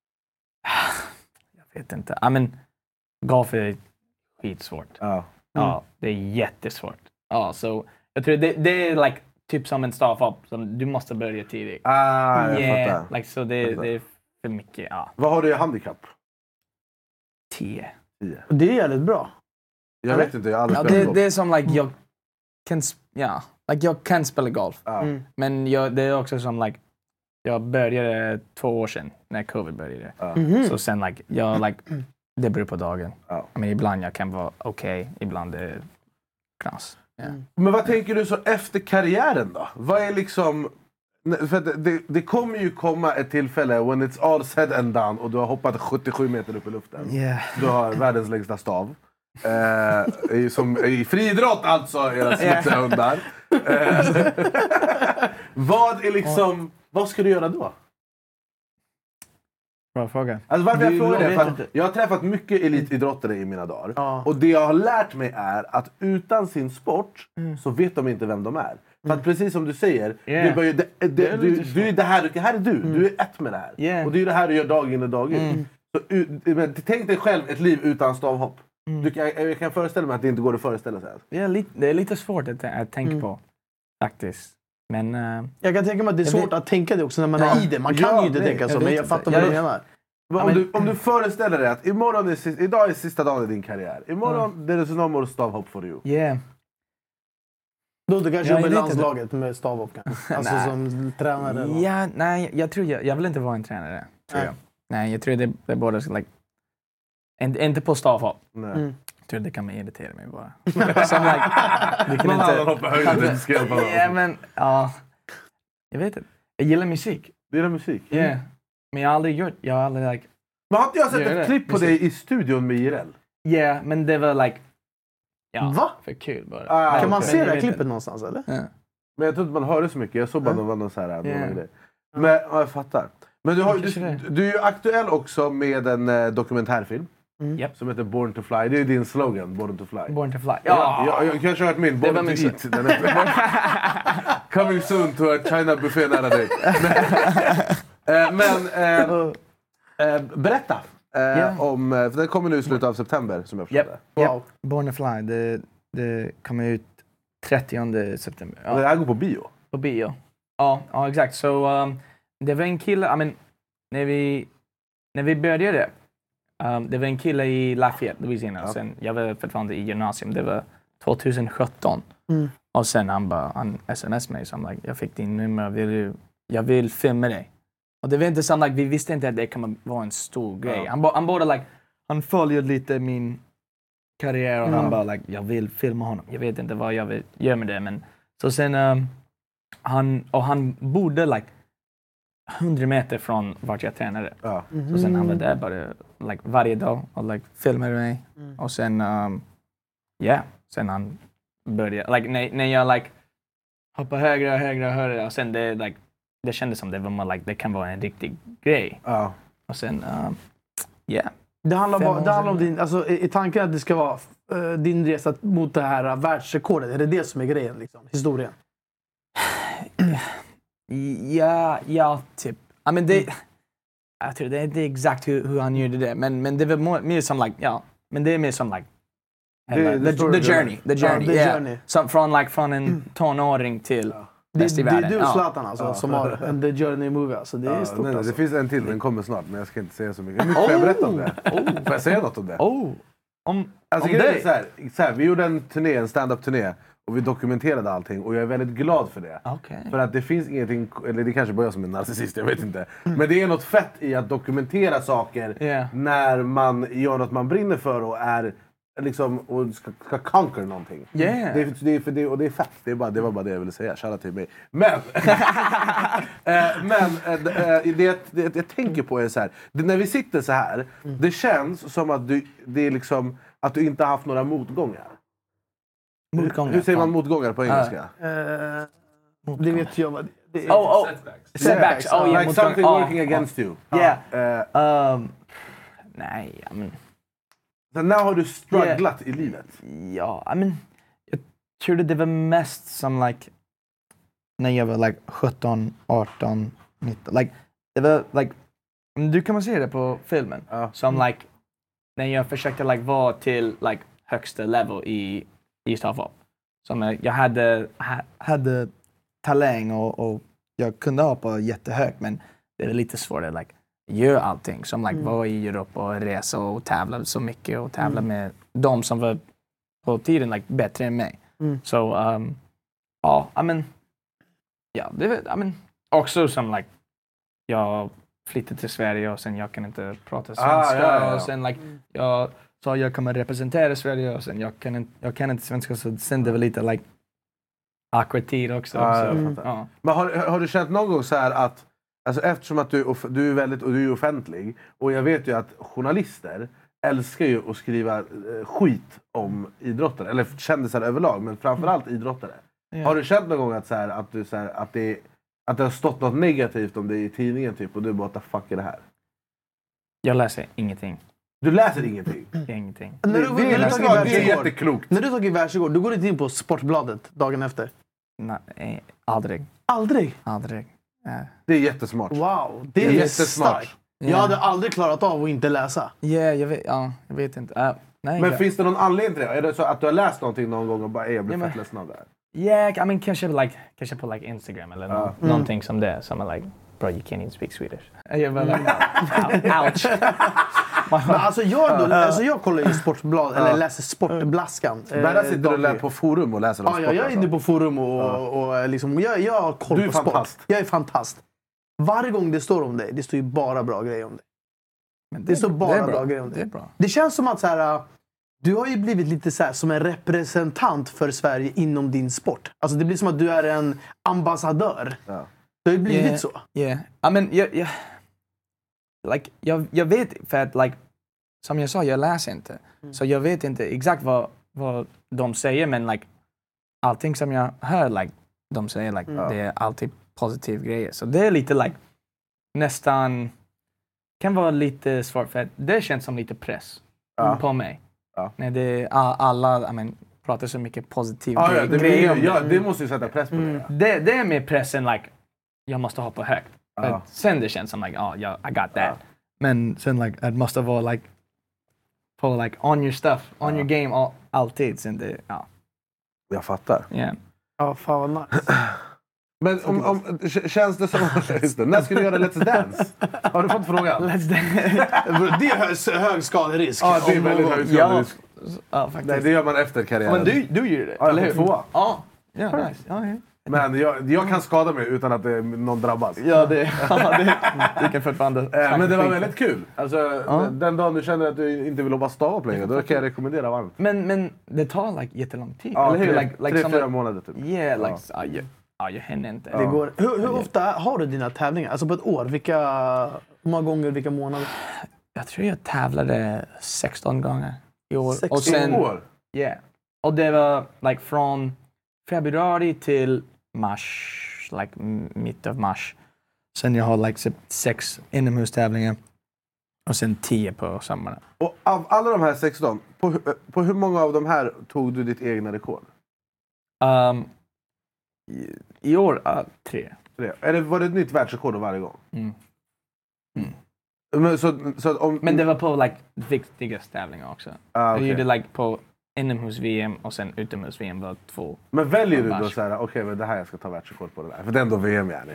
Speaker 2: Jag vet inte. I mean, golf är skitsvårt.
Speaker 3: Ja. Mm.
Speaker 2: Ja, det är jättesvårt. Ja, så jag tror det, det är like, typ som en startup som du måste börja tidigt.
Speaker 3: Ah, jag
Speaker 2: yeah,
Speaker 3: fattar.
Speaker 2: Like, så det, det är för mycket, ja.
Speaker 3: Vad har du i handikapp?
Speaker 2: Tio.
Speaker 3: Tio.
Speaker 1: Det är jävligt bra.
Speaker 3: Jag Eller? vet inte, jag har aldrig
Speaker 2: ja,
Speaker 3: spelat
Speaker 2: det,
Speaker 3: golf.
Speaker 2: det är som like, jag kan, ja, like, jag kan spela golf.
Speaker 3: Mm.
Speaker 2: Men jag, det är också som like, jag började två år sedan när covid började.
Speaker 3: Mm.
Speaker 2: Så sen like, jag like, det beror på dagen. Ja. I mean, ibland jag kan vara okej, okay, ibland är det knas. Yeah.
Speaker 3: Mm. Men vad tänker du så efter karriären då? Vad är liksom... För det, det, det kommer ju komma ett tillfälle when it's all said and done och du har hoppat sjuttiosju meter upp i luften.
Speaker 2: Yeah.
Speaker 3: Du har världens längsta stav. Eh, som, I friidrott alltså, era smutsiga hundar. Eh, vad är liksom... Vad ska du göra då?
Speaker 2: Bra fråga.
Speaker 3: Alltså varför jag frågar det? För att jag har träffat mycket elitidrottare i mina dagar. Ja. Och det jag har lärt mig är att utan sin sport mm. så vet de inte vem de är. Mm. För att precis som du säger, yeah. du, det, det, det, är du, du är det här, det här är du. Mm. Du är ett med det här. Yeah. Och det är det här du gör dag in och dag ut. Mm. Så, men, tänk dig själv ett liv utan stavhopp. Mm. Du, jag, jag kan föreställa mig att det inte går att föreställa sig.
Speaker 2: Det är lite, det är lite svårt att, att tänka mm. på. Faktiskt. Men, uh,
Speaker 1: jag kan tänka mig att det är svårt vet, att tänka det också när man ja. är i det. Man kan ja, ju inte nej, tänka så, men jag fattar vad du menar.
Speaker 3: Om, men, du, om du föreställer dig att imorgon är sista, idag är sista dagen i din karriär. Imorgon mm. there is no more stavhopp for you.
Speaker 2: Yeah.
Speaker 1: Då du kanske jobbar i landslaget med stavhopp kanske? Alltså som tränare? Eller?
Speaker 2: Ja, nej, jag tror jag, jag vill inte vara en tränare. Tror nej. Jag. Nej, jag tror det, det är både like, inte, inte på stavhopp. Nej. Mm. Jag tror det kan irritera mig bara. Som like, det kan
Speaker 3: inte... hoppa högre än skräll på
Speaker 2: ja, men ja. Jag vet inte. Jag gillar musik.
Speaker 3: Du gillar musik?
Speaker 2: Ja. Yeah. Men jag har aldrig gjort, jag har aldrig like...
Speaker 3: Men har inte jag sett ett det. klipp på musik. dig i studion med I R L?
Speaker 2: Ja, yeah, men det var like... Ja,
Speaker 1: va?
Speaker 2: För kul bara.
Speaker 1: Ah, kan okay. man se det här klippet någonstans eller?
Speaker 2: Ja.
Speaker 3: Men jag tror inte man hörde så mycket, jag såg bara mm. någon så här. Yeah. Någon men ja, jag fattar. Men du, har, du, du är ju aktuell också med en uh, dokumentärfilm. Mm. Yep. Som heter Born to Fly. Det är ju din slogan, Born to Fly.
Speaker 2: Born to Fly. Ja.
Speaker 3: Ja, jag, jag, jag kanske har hört min, Born to Eat. Den är coming soon to a China buffé nära dig. Men äh, äh, berätta äh, yeah. om, för det kommer nu i slutet av september som jag förstår
Speaker 2: yep. det. Wow. Yep. Born to Fly, det, det kommer ut trettionde september.
Speaker 3: Ja. Det här går på bio?
Speaker 2: På bio. Ja, ja exakt. Så um, det var en kille, I mean, när vi, när vi började, um, det var en kille i Lafayette, Louisiana. Ja. Sen, jag var fortfarande i gymnasium, det var tjugohundrasjutton. Mm. Och sen han bara, han smsade mig, så han like, jag fick din nummer, vill du, jag vill filma dig. Och det var inte som, like, vi visste inte att det kommer vara en stor grej. Ja. Han, han bara, like, han följer lite min karriär och mm. han bara, like, jag vill filma honom. Jag vet inte vad jag vill göra med det, men så sen, um, han, och han bodde, like, hundra meter från vart jag tränade. Ja. Mm. Så sen han var där bara, like, varje dag och, like, filmade mig. Mm. Och sen, um, ja, yeah, sen han började, like, när, när jag, like, hoppade högre och högre och högre och sen det, like, det kändes som det var like, det kan vara en riktig grej. Ja. Och sen, ja. Um, yeah.
Speaker 1: Det handlar, bara, det handlar om din, alltså i tanken att det ska vara uh, din resa mot det här uh, världsrekordet. Är det det som är grejen, liksom? Historien?
Speaker 2: ja, ja, typ. I mean, det, mm. jag tror det är inte exakt hur, hur han gjorde det, men, men det var mer, mer som, like, ja, men det är mer som, like, the, the, the, the journey, the journey, ja, the yeah. journey. Som från, like, från en tonåring till ja.
Speaker 1: Det, det är du och Zlatan alltså, ja. som har en The Journey Movie. Alltså, det är ja, stort nej, alltså.
Speaker 3: Det finns en till, den kommer snart, men jag ska inte säga så mycket. Hur mycket får jag berätta om det? Oh. Får jag säga något om det?
Speaker 2: Oh. Om,
Speaker 3: alltså,
Speaker 2: om det?
Speaker 3: Så här, så här, vi gjorde en turné, en stand-up-turné, och vi dokumenterade allting. Och jag är väldigt glad för det.
Speaker 2: Okay.
Speaker 3: För att det finns ingenting, eller det kanske bara jag som är narcissist, jag vet inte. Mm. Men det är något fett i att dokumentera saker yeah. när man gör något man brinner för och är liksom, och ska, ska conquer någonting.
Speaker 2: Yeah.
Speaker 3: Det, det, för det, och det är fett. Det, är bara, det var bara det jag ville säga. Shoutout till mig. Men, eh, men eh, det, det jag tänker på är så här. Det, när vi sitter så här, mm. det känns som att du, det är liksom, att du inte har haft några motgångar.
Speaker 2: Motgångar?
Speaker 3: Hur säger man motgångar på engelska?
Speaker 1: Uh, uh, det vet jag vad det är.
Speaker 2: Oh, oh. Setbacks. Setbacks. Oh, yeah,
Speaker 3: like something
Speaker 2: oh,
Speaker 3: working oh, against oh. you.
Speaker 2: Yeah. Uh, um, nej, I mean...
Speaker 3: Så när har du strugglat
Speaker 2: yeah.
Speaker 3: i livet?
Speaker 2: Ja, I mean... Jag tror det var mest som like... När jag var like sjutton, arton, nitton. Like, det var like... Du kan man se det på filmen. Uh. Som like... När jag försökte like vara till like högsta level i ishockey. Som jag hade, ha, hade talang och, och jag kunde hoppa jättehögt, men det var lite svårt att like, göra allting. Som like, mm. vara i Europa och resa och tävla så mycket och tävla mm. med de som var på tiden like, bättre än mig. Mm. Så um, ja, I mean, ja, det var, I mean, också som like, jag flyttade till Sverige och sen jag kan inte prata svenska ah, ja, ja, ja. och sen like, jag så jag kommer representera Sverige och sen jag kan inte, jag kan inte svenska, så sen det var lite like awkward tid också.
Speaker 3: Ah,
Speaker 2: så,
Speaker 3: mm. ja. Men har, har du känt någon gång så här att, alltså eftersom att du, du är väldigt, och du är offentlig, och jag vet ju att journalister älskar ju att skriva eh, skit om idrottare, eller kändisar överlag, men framförallt idrottare. Yeah. Har du känt någon gång att, så här, att, du, så här, att, det, att det har stått något negativt om det i tidningen typ, och du bara, what the fuck är det här?
Speaker 2: Jag läser ingenting.
Speaker 3: Du läser ingenting?
Speaker 2: Ingenting.
Speaker 1: När du,
Speaker 3: det, det, det, det, det, det är jätteklokt.
Speaker 1: När du tog i världsrekord, du går inte in på Sportbladet dagen efter?
Speaker 2: Nej, aldrig.
Speaker 1: Aldrig?
Speaker 2: Aldrig. Ja.
Speaker 3: Det är jättesmart.
Speaker 1: Wow, det, det är, är jättesmart. Yeah. Jag hade aldrig klarat av att inte läsa.
Speaker 2: Yeah, jag vet, ja, jag vet inte. Uh, nej,
Speaker 3: men
Speaker 2: jag...
Speaker 3: finns det någon anledning till det? Är det så att du har läst någonting någon gång och bara, jag blir yeah, fett ledsen av det här?
Speaker 2: Yeah, I mean, kanske, like, kanske på like, Instagram eller uh. no, någonting mm. som det. Som är like, bro, you can't even speak Swedish. Jag bara like, ouch.
Speaker 1: Men alltså jag, då, alltså jag kollar ju Sportblad, eller läser Sportblaskan.
Speaker 3: Men där sitter du på forum och läser om
Speaker 1: ja,
Speaker 3: sport.
Speaker 1: Ja, jag är inne på forum och, ja. och, och liksom, jag, jag har koll
Speaker 3: du är
Speaker 1: på
Speaker 3: fantast.
Speaker 1: Sport. Jag är fantast. Varje gång det står om dig, det står ju bara bra grejer om dig. Men det, det står bara det bra. bra grejer om dig.
Speaker 2: Det, är bra.
Speaker 1: Det känns som att så här, du har ju blivit lite så här, som en representant för Sverige inom din sport. Alltså det blir som att du är en ambassadör. Ja. Det har ju blivit
Speaker 2: yeah,
Speaker 1: så.
Speaker 2: Yeah. I mean, jag, jag, like, jag, jag vet för att like, som jag sa, jag läser inte. Mm. Så jag vet inte exakt vad, vad de säger, men like, allting som jag hör, like, de säger, like, mm. det är alltid positiva grejer. Så det är lite like, nästan, kan vara lite svårt för att det känns som lite press ja. på mig. Ja. När det, alla I mean, pratar så mycket positiva
Speaker 3: ah,
Speaker 2: grejer.
Speaker 3: Ja, det, grejer. Ja, det måste ju sätta press på
Speaker 2: mm.
Speaker 3: det. Ja.
Speaker 2: det. Det är mer press än like, jag måste hoppa högt. Ja. Sen det känns som like, oh, yeah, I got that. Ja. Men sen like, det måste vara like, på like on your stuff, on ja. your game all, alltid. Sen det, ja.
Speaker 3: Jag fattar.
Speaker 2: Yeah.
Speaker 1: Ja, fan vad nice.
Speaker 3: Men om, om, känns det som... Just det, när ska du göra Let's Dance? Har du fått frågan?
Speaker 2: Let's Dance.
Speaker 1: Det är hög, hög skaderisk.
Speaker 3: Ja, det är väldigt hög skaderisk.
Speaker 2: Ja, ja, faktiskt.
Speaker 3: Nej, det gör man efter karriären.
Speaker 2: Men du, du gör det,
Speaker 3: ja,
Speaker 2: eller hur?
Speaker 3: Tvåa.
Speaker 2: Ja, ja, nice. Ja, ja.
Speaker 3: Men jag, jag kan skada mig utan att det, någon drabbas.
Speaker 2: Ja, det, ja, det, det kan fortfarande...
Speaker 3: Äh, men det var väldigt kul. Alltså, ja. Den dagen du känner att du inte vill hoppa stav längre, då kan jag rekommendera varmt.
Speaker 2: Men, men det tar like, jättelång tid,
Speaker 3: ja,
Speaker 2: eller hur?
Speaker 3: Tre,
Speaker 2: like, like
Speaker 3: tre
Speaker 2: some,
Speaker 3: fyra månader typ.
Speaker 2: Yeah, like... Ja. Uh, yeah. Ja, jag hinner inte.
Speaker 1: Det går. Hur, hur ofta har du dina tävlingar? Alltså på ett år? Vilka, hur många gånger, vilka månader?
Speaker 2: Jag tror jag tävlade sexton gånger i år.
Speaker 3: sexton och sen, år?
Speaker 2: Yeah. Och det var like från februari till mars, like mitt av mars. Sen jag har like sex inomhustävlingar och sen tio på sommaren.
Speaker 3: Och av alla de här sexton, på, på hur många av de här tog du ditt egna rekord?
Speaker 2: Um, I, I år, uh, tre.
Speaker 3: tre. Är det, var det ett nytt världsrekord varje gång?
Speaker 2: Mm. Mm.
Speaker 3: Men, så, så om,
Speaker 2: Men det var på like, viktigaste tävlingar också.
Speaker 3: Ah, okay.
Speaker 2: Jag gjorde like, på inomhus-V M och sen utomhus-V M var två.
Speaker 3: Men väljer du då såhär, okej okay, men det här jag ska ta världsrekord på det där? För det är ändå V M, yani.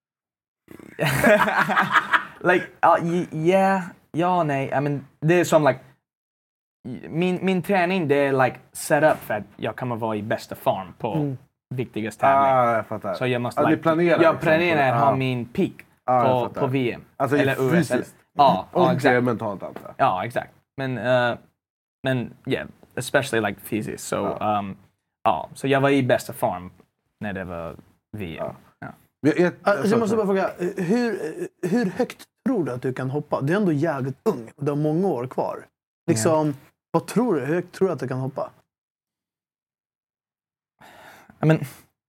Speaker 2: like, uh, yeah, ja, nej. I mean, det är som like, min, min träning det är like set up för att jag kommer vara i bästa form på mm. viktigaste tävling.
Speaker 3: Ah, jag fattar.
Speaker 2: Så jag måste
Speaker 3: ah,
Speaker 2: like,
Speaker 3: planerar,
Speaker 2: jag
Speaker 3: liksom,
Speaker 2: planerar att
Speaker 3: ah.
Speaker 2: ha min peak ah, på, på V M.
Speaker 3: Alltså
Speaker 2: eller
Speaker 3: fysiskt?
Speaker 2: U S. Ja,
Speaker 3: och
Speaker 2: ja, exakt.
Speaker 3: mentalt alltså.
Speaker 2: Ja, exakt. Men, uh, men yeah, especially like fysiskt. Så
Speaker 3: ja.
Speaker 2: Um, ja, så jag var i bästa form när det var V M. Ja.
Speaker 3: Ja. Jag,
Speaker 1: jag, jag måste bara fråga, hur, hur högt tror du att du kan hoppa? Du är ändå jävligt ung och du har många år kvar. Liksom, yeah. Vad tror du? Hur högt tror du att du kan hoppa?
Speaker 2: I mean,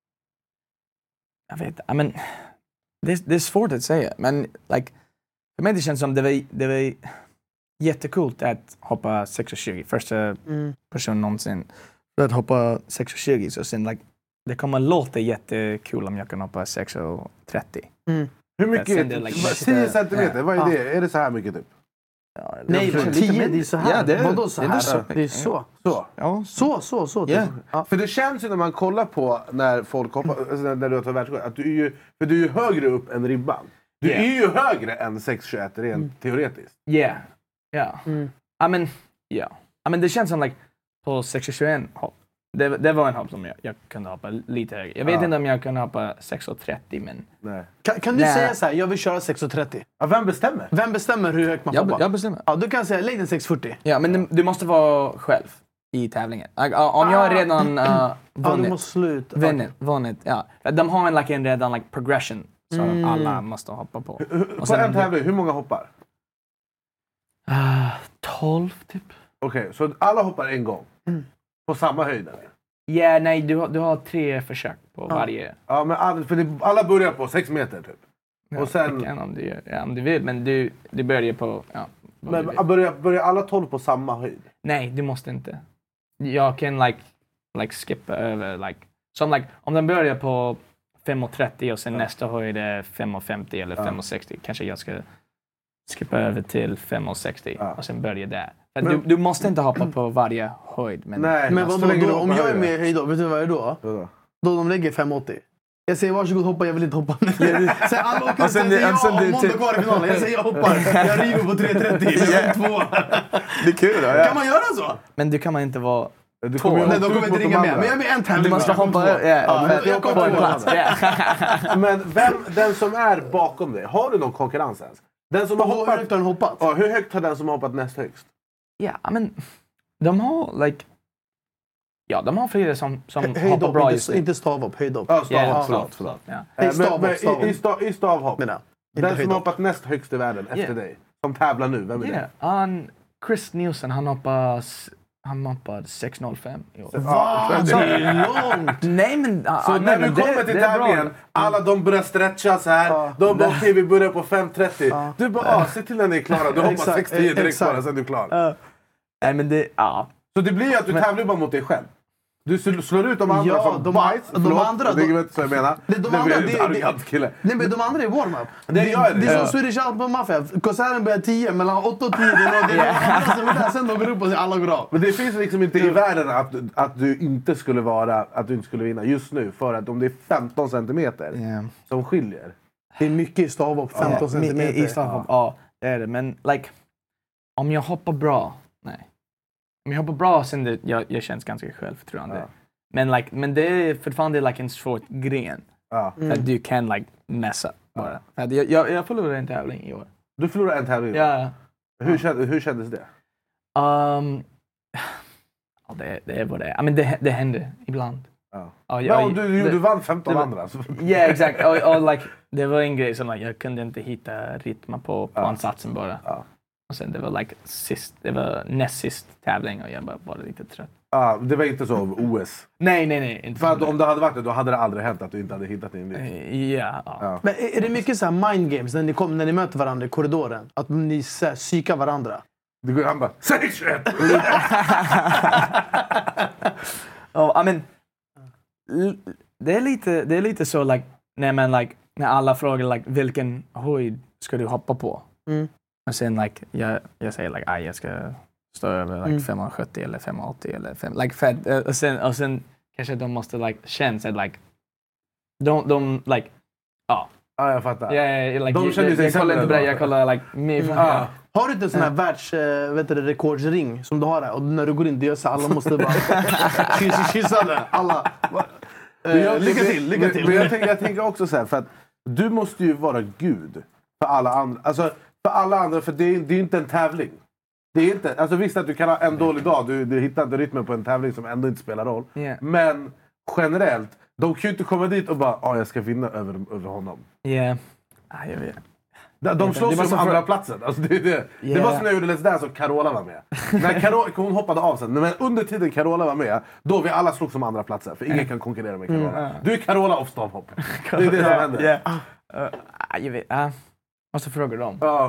Speaker 2: jag vet I mean, det, är, det är svårt att säga. Men like, för mig det känns som det var, det var jättekult att hoppa sex komma tjugo. Första mm. person någonsin att hoppa sex komma tjugo. Så sen like, det kommer låta jättekul om jag kan hoppa sex komma trettio.
Speaker 3: Mm. Hur mycket? Like, tio centimeter? Vad är ja. det? Är det så här mycket typ?
Speaker 1: Ja, nej, tio, det är så här.
Speaker 2: Ja, det är,
Speaker 1: vadå så här?
Speaker 2: Det är så.
Speaker 1: Det är så.
Speaker 3: Så,
Speaker 1: ja. så, så, så.
Speaker 3: Yeah. Ja. För det känns ju när man kollar på när folk hoppar, när du har tagit världsrekord, att du är ju, för du är ju högre upp än ribban. Du yeah. är ju högre än sex komma tjugoett rent mm. teoretiskt.
Speaker 2: Ja, yeah. ja. Yeah. Mm. I mean, ja. I mean, det känns som like på sex komma tjugoett hopp. Det, det var en hopp som jag, jag kunde hoppa lite högre. Jag vet ja. inte om jag kunde hoppa sex komma trettio, men...
Speaker 1: Nej. Kan, kan du Nej. säga så här, jag vill köra sex komma trettio?
Speaker 3: Ja, vem bestämmer?
Speaker 1: Vem bestämmer hur högt man
Speaker 2: jag,
Speaker 1: hoppar?
Speaker 2: Jag bestämmer.
Speaker 1: Ja, du kan säga, lägg den sex komma fyrtio.
Speaker 2: Ja, men du, du måste vara själv i tävlingen. Like, uh, om jag har redan uh, vunnit...
Speaker 1: Ja, du måste sluta.
Speaker 2: Vunnit, vunnit, ja. De har en, like, en redan like, progression som mm. alla måste hoppa på.
Speaker 3: Hur, på en tävling, hur många hoppar?
Speaker 2: Uh, tolv, typ.
Speaker 3: Okej, okay, så alla hoppar en gång? Mm. På samma höjd, eller?
Speaker 2: Ja, yeah, nej, du har, du har tre försök på ja. varje.
Speaker 3: Ja, men alla, för det, alla börjar på sex meter typ.
Speaker 2: Ja,
Speaker 3: och sen...
Speaker 2: kan, om, du, ja, om du vill, men du, du börjar på... Ja,
Speaker 3: men börjar, börjar alla tolv på samma höjd?
Speaker 2: Nej, du måste inte. Jag kan like, like skippa över. Like, som like, om den börjar på fem komma trettio och sen ja. nästa höjd är fem komma femtio eller ja. fem komma sextio. Kanske jag ska skippa över till fem komma sextio ja. och sen börja där. Men, du, du måste inte hoppa på varje höjd. Men,
Speaker 1: nej, men vad, då, då, om jag är med i höjd då, vet du vad jag är då? Då, då de lägger fem komma åttio. Jag säger varsågod hoppa, jag vill inte hoppa. Sen alla åker och säger jag och Mondo kvar i finalen. Jag säger jag hoppar, jag river på tre komma trettio. Jag är två.
Speaker 3: Det är kul då, ja.
Speaker 1: Kan man göra så?
Speaker 2: Men du kan man inte vara...
Speaker 3: Du kommer
Speaker 1: Nej, de kommer inte ringa med. Men jag är med en tävling.
Speaker 2: Du måste hoppa, ja, ja,
Speaker 1: jag, jag kommer på plats.
Speaker 3: Men vem, den som är bakom dig, har du någon konkurrens ens? Den som har hoppat,
Speaker 1: hur högt har den hoppat?
Speaker 3: Ja, hur högt har den som har hoppat näst högst?
Speaker 2: Ja, men de har like... Ja, de har flera som, som
Speaker 1: höjd
Speaker 2: hoppar
Speaker 1: upp,
Speaker 2: bra
Speaker 1: inte,
Speaker 2: just
Speaker 1: inte stavhopp, höjd upp.
Speaker 3: Ja, stavhopp,
Speaker 2: yeah,
Speaker 3: förlåt. förlåt.
Speaker 2: Ja.
Speaker 3: Äh,
Speaker 1: stavhopp,
Speaker 3: men,
Speaker 1: stavhopp.
Speaker 3: I, i, stav, i stavhopp.
Speaker 1: Menar,
Speaker 3: den som har hoppat näst högst i världen efter yeah. dig, som tävlar nu, vem är
Speaker 2: yeah. det? Um, Chris Nielsen, han hoppar... Han hoppade sex komma noll fem i år.
Speaker 1: Va? Det är långt!
Speaker 2: Nej, men...
Speaker 3: Så ah, när nej, du kommer det, till tävlingen, alla de börjar stretcha så här. Ah, de bara, okej, vi börjar på fem trettio. Ah, du bara, ah, se till när ni är klara. Du hoppar sex tio direkt bara, sen är du klar.
Speaker 2: Uh, nej, men det... Ja.
Speaker 3: Så det blir ju att du men, tävlar bara mot dig själv. Du slår ut de andra
Speaker 1: ja,
Speaker 3: som
Speaker 1: de,
Speaker 3: bajs.
Speaker 1: De, de andra...
Speaker 3: Det är inte så jag menar.
Speaker 1: Det, de
Speaker 3: det
Speaker 1: andra,
Speaker 3: blir en arrogant kille.
Speaker 1: Nej, men de andra är warm-up.
Speaker 3: Det,
Speaker 1: det,
Speaker 3: det,
Speaker 1: det är som Swedish Alpha Mafia. Konserten börjar tio, mellan åtta och tio. Det är något, andra som är där, sen de går upp och säger alla går av.
Speaker 3: Men det finns liksom inte i världen att, att du inte skulle vara, att du inte skulle vinna just nu. För att om det är femton centimeter yeah. som skiljer.
Speaker 1: Det är mycket i stavhopp, femton ja, centimeter.
Speaker 2: I stavhopp, ja. ja, det är det. Men like, om jag hoppar bra, nej. Om jag hoppar bra, sen det, jag, jag känns ganska självförtroende. Ja. Men, like, men det är fortfarande like en svår gren. Ja. Mm. Att du kan like, messa bara. Ja. Att jag, jag, jag förlorade en tävling i år.
Speaker 3: Du förlorade en tävling i år?
Speaker 2: Ja.
Speaker 3: Hur, känd, hur kändes det?
Speaker 2: Um, ja, det, det är vad det är. I mean, det, det händer ibland.
Speaker 3: Ja. Ja, jag, du, du, du vann femton
Speaker 2: det,
Speaker 3: andra.
Speaker 2: Ja, yeah, exakt. Och, och, like, det var en grej som like, jag kunde inte hitta rytmen på, på ja. ansatsen bara. Ja. Och sen det var like sist, det var näst sist tävling och jag bara var lite trött.
Speaker 3: Ah, det var inte så O S?
Speaker 2: Nej, nej, nej. Inte
Speaker 3: för att om det hade varit det, då hade det aldrig hänt att du inte hade hittat din
Speaker 2: bil. Ja.
Speaker 1: ja. Men är det mycket så här mind games när ni, kom, när ni möter varandra i korridoren? Att ni så här, psykar varandra?
Speaker 3: Det går han bara, sex rätt!
Speaker 2: Oh, I mean, det är lite, det är lite så like, när, man, like, när alla frågar like, vilken höjd ska du hoppa på? Mm. Och sen like, jag, jag säger like, aj, jag ska stå över like, mm. fem komma sjuttio eller fem komma åttio eller fem, like, fed, uh, och, sen, och sen kanske de måste like, känna sig like, de, de like, ja.
Speaker 3: Ja, jag fattar.
Speaker 2: Yeah, like,
Speaker 3: de känner sig
Speaker 2: jag, jag kollar inte bra, jag kollar like, me. Mm.
Speaker 1: Ah. Har du inte en sån här mm. världs, äh, vet du, rekordsring som du har där? Och när du går in, det gör så alla måste bara kyssa, kyssa den. Alla. Uh, jag, lycka till, lycka till.
Speaker 3: Men, men jag, tänker, jag tänker också så här, för att du måste ju vara gud för alla andra. Alltså, för alla andra, för det är, det är inte en tävling. Det är inte, alltså visst att du kan ha en dålig dag, du, du hittar inte rytmen på en tävling som ändå inte spelar roll.
Speaker 2: Yeah.
Speaker 3: Men generellt, de kan ju inte komma dit och bara, ja ah, jag ska vinna över, över honom.
Speaker 2: Ja, yeah. ah, jag vet.
Speaker 3: De, de slåss ju om andra för... platsen. Alltså det, det, yeah. det var som när jag gjorde Let's Dance och Carola var med. När Carola, hon hoppade av sen, men under tiden Carola var med, då vi alla slogs om andra platser. För ingen kan konkurrera med Carola. Mm. Du är Carola och stavhopp. Det är det som yeah. händer.
Speaker 2: Yeah. Uh, jag vet, uh, måste fråga dem.
Speaker 3: Ja.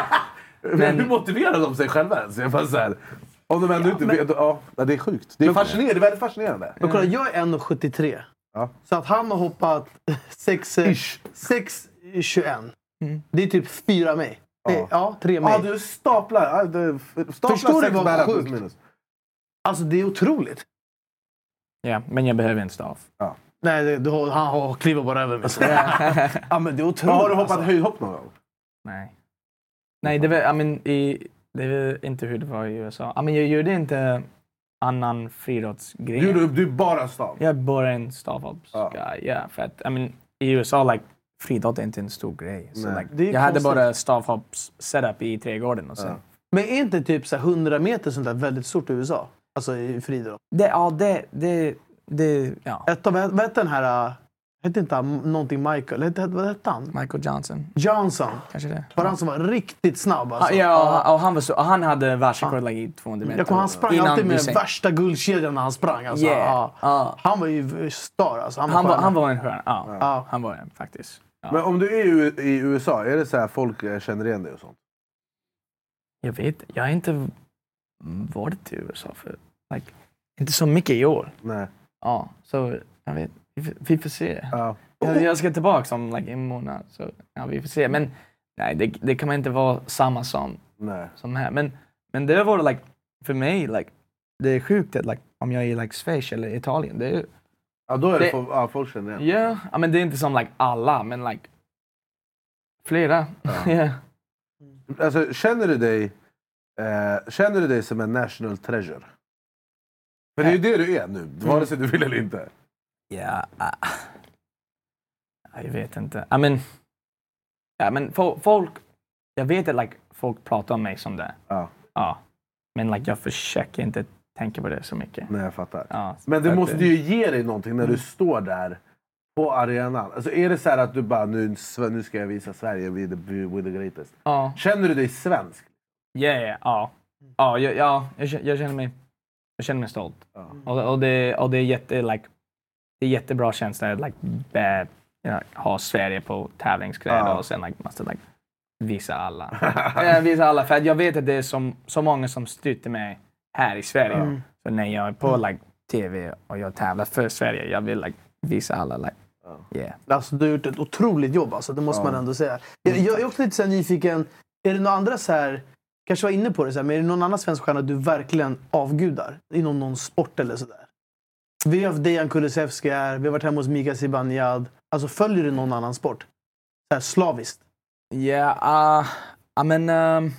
Speaker 3: Men hur motiverar de sig själva ens? Jag bara så här, om de ändå ja, inte men... vet, ja, det är sjukt. Det är fascinerande, det är väldigt fascinerande.
Speaker 1: Men kolla, jag är en sjuttiotre. Ja. Så att han har hoppat sex tjugoett. Mm. Det är typ fyra mig. Ja, ja tre mig.
Speaker 3: Ja, du staplar. Ja, du staplar.
Speaker 1: Förstår du vad sjukt? Minus. Alltså det är otroligt.
Speaker 2: Ja, men jag behöver en stav. Ja.
Speaker 1: Nej, det, du, han har kliver bara över mig. Ja, men det är otroligt.
Speaker 3: Har du hoppat alltså. höjdhopp någon gång?
Speaker 2: Nej. Nej, det var, I mean, i, det var inte hur det var i U S A. I mean, jag gjorde inte annan friidrottsgrej.
Speaker 3: Du, du är bara stav?
Speaker 2: Jag är bara en stavhoppsguy. Ja, yeah, för att I mean, i U S A, like, friidrott är inte en stor grej. Så, like, jag hade bara stavhopps setup i trädgården. Och sen. Ja.
Speaker 1: Men är inte typ så hundra meter sånt där väldigt stort i U S A? Alltså i friidrott?
Speaker 2: Det, ja, det... det, det ja.
Speaker 1: Ett av, vad hette den här... Hette inte han någonting Michael? Hette, vad hette han?
Speaker 2: Michael Johnson.
Speaker 1: Johnson.
Speaker 2: Kanske det.
Speaker 1: Var han som var riktigt snabb alltså.
Speaker 2: Ah, ja, och, och han, var så, och han hade världsrekord ah. i tvåhundra meter.
Speaker 1: Jag kom, han sprang
Speaker 2: Innan
Speaker 1: alltid med
Speaker 2: Usain.
Speaker 1: Värsta guldkedjan när han sprang. Alltså.
Speaker 2: Yeah.
Speaker 1: Ah. Ah. Han var ju star alltså.
Speaker 2: Han var, han var, han var en stjärna. Ja, ah. han var en faktiskt. Ja.
Speaker 3: Men om du är i U S A, är det så här folk känner igen dig och sånt?
Speaker 2: Jag vet, jag har inte varit till U S A för like, inte så mycket i år.
Speaker 3: Nej.
Speaker 2: Ja, så jag vet, vi, vi får se.
Speaker 3: Ja.
Speaker 2: Jag, jag ska tillbaka om like, en månad, så ja, vi får se. Men nej, det, det kan inte vara samma som,
Speaker 3: nej.
Speaker 2: som här. Men, men det var like, för mig, like, det är sjukt att like, om jag är i like, Schweiz eller Italien, det är
Speaker 3: ja, då är det, det folk, ja, folk känner igen.
Speaker 2: Ja, yeah, men det är inte som like, alla, men like, flera. Ja. Yeah.
Speaker 3: Alltså, känner du dig eh, känner du dig som en national treasure? För det är ju det du är nu, vare sig du vill eller inte.
Speaker 2: Ja, uh, jag vet inte. I mean, ja, men folk, jag vet att like, folk pratar om mig som det.
Speaker 3: Ja.
Speaker 2: Ja. Men like, jag försöker inte tänka på det så mycket.
Speaker 3: Nej, jag fattar.
Speaker 2: Ja,
Speaker 3: men det måste ju ge dig någonting när du står där på arenan. Alltså är det så här att du bara, nu, nu ska jag visa Sverige with the, with the greatest.
Speaker 2: Ja.
Speaker 3: Känner du dig svensk?
Speaker 2: Yeah, yeah, ja, ja. Ja, ja jag, jag känner mig jag känner mig stolt.
Speaker 3: Ja.
Speaker 2: Och, och, det, och det är jätte, like, det är jättebra känsla att like, be, you know, ha Sverige på tävlingsgräder ja. Och sen like, måste like, visa alla. jag visa alla, för jag vet att det är som, så många som stöter mig här i Sverige. Mm. Så när jag är på like, tv och jag tävlar för Sverige, jag vill like, visa alla. Like, yeah.
Speaker 1: Alltså, du har gjort ett otroligt jobb, alltså, det måste ja. man ändå säga. Jag, jag är också lite så här nyfiken, är det några andra så här, kanske var inne på det, så här, men är det någon annan svensk stjärna du verkligen avgudar? Inom någon sport eller sådär? Vi har haft Dejan Kulusevski här, vi har varit hemma hos Mika Zibanejad. Alltså följer du någon annan sport? Så här slaviskt?
Speaker 2: Ja, yeah, uh, I mean... Um,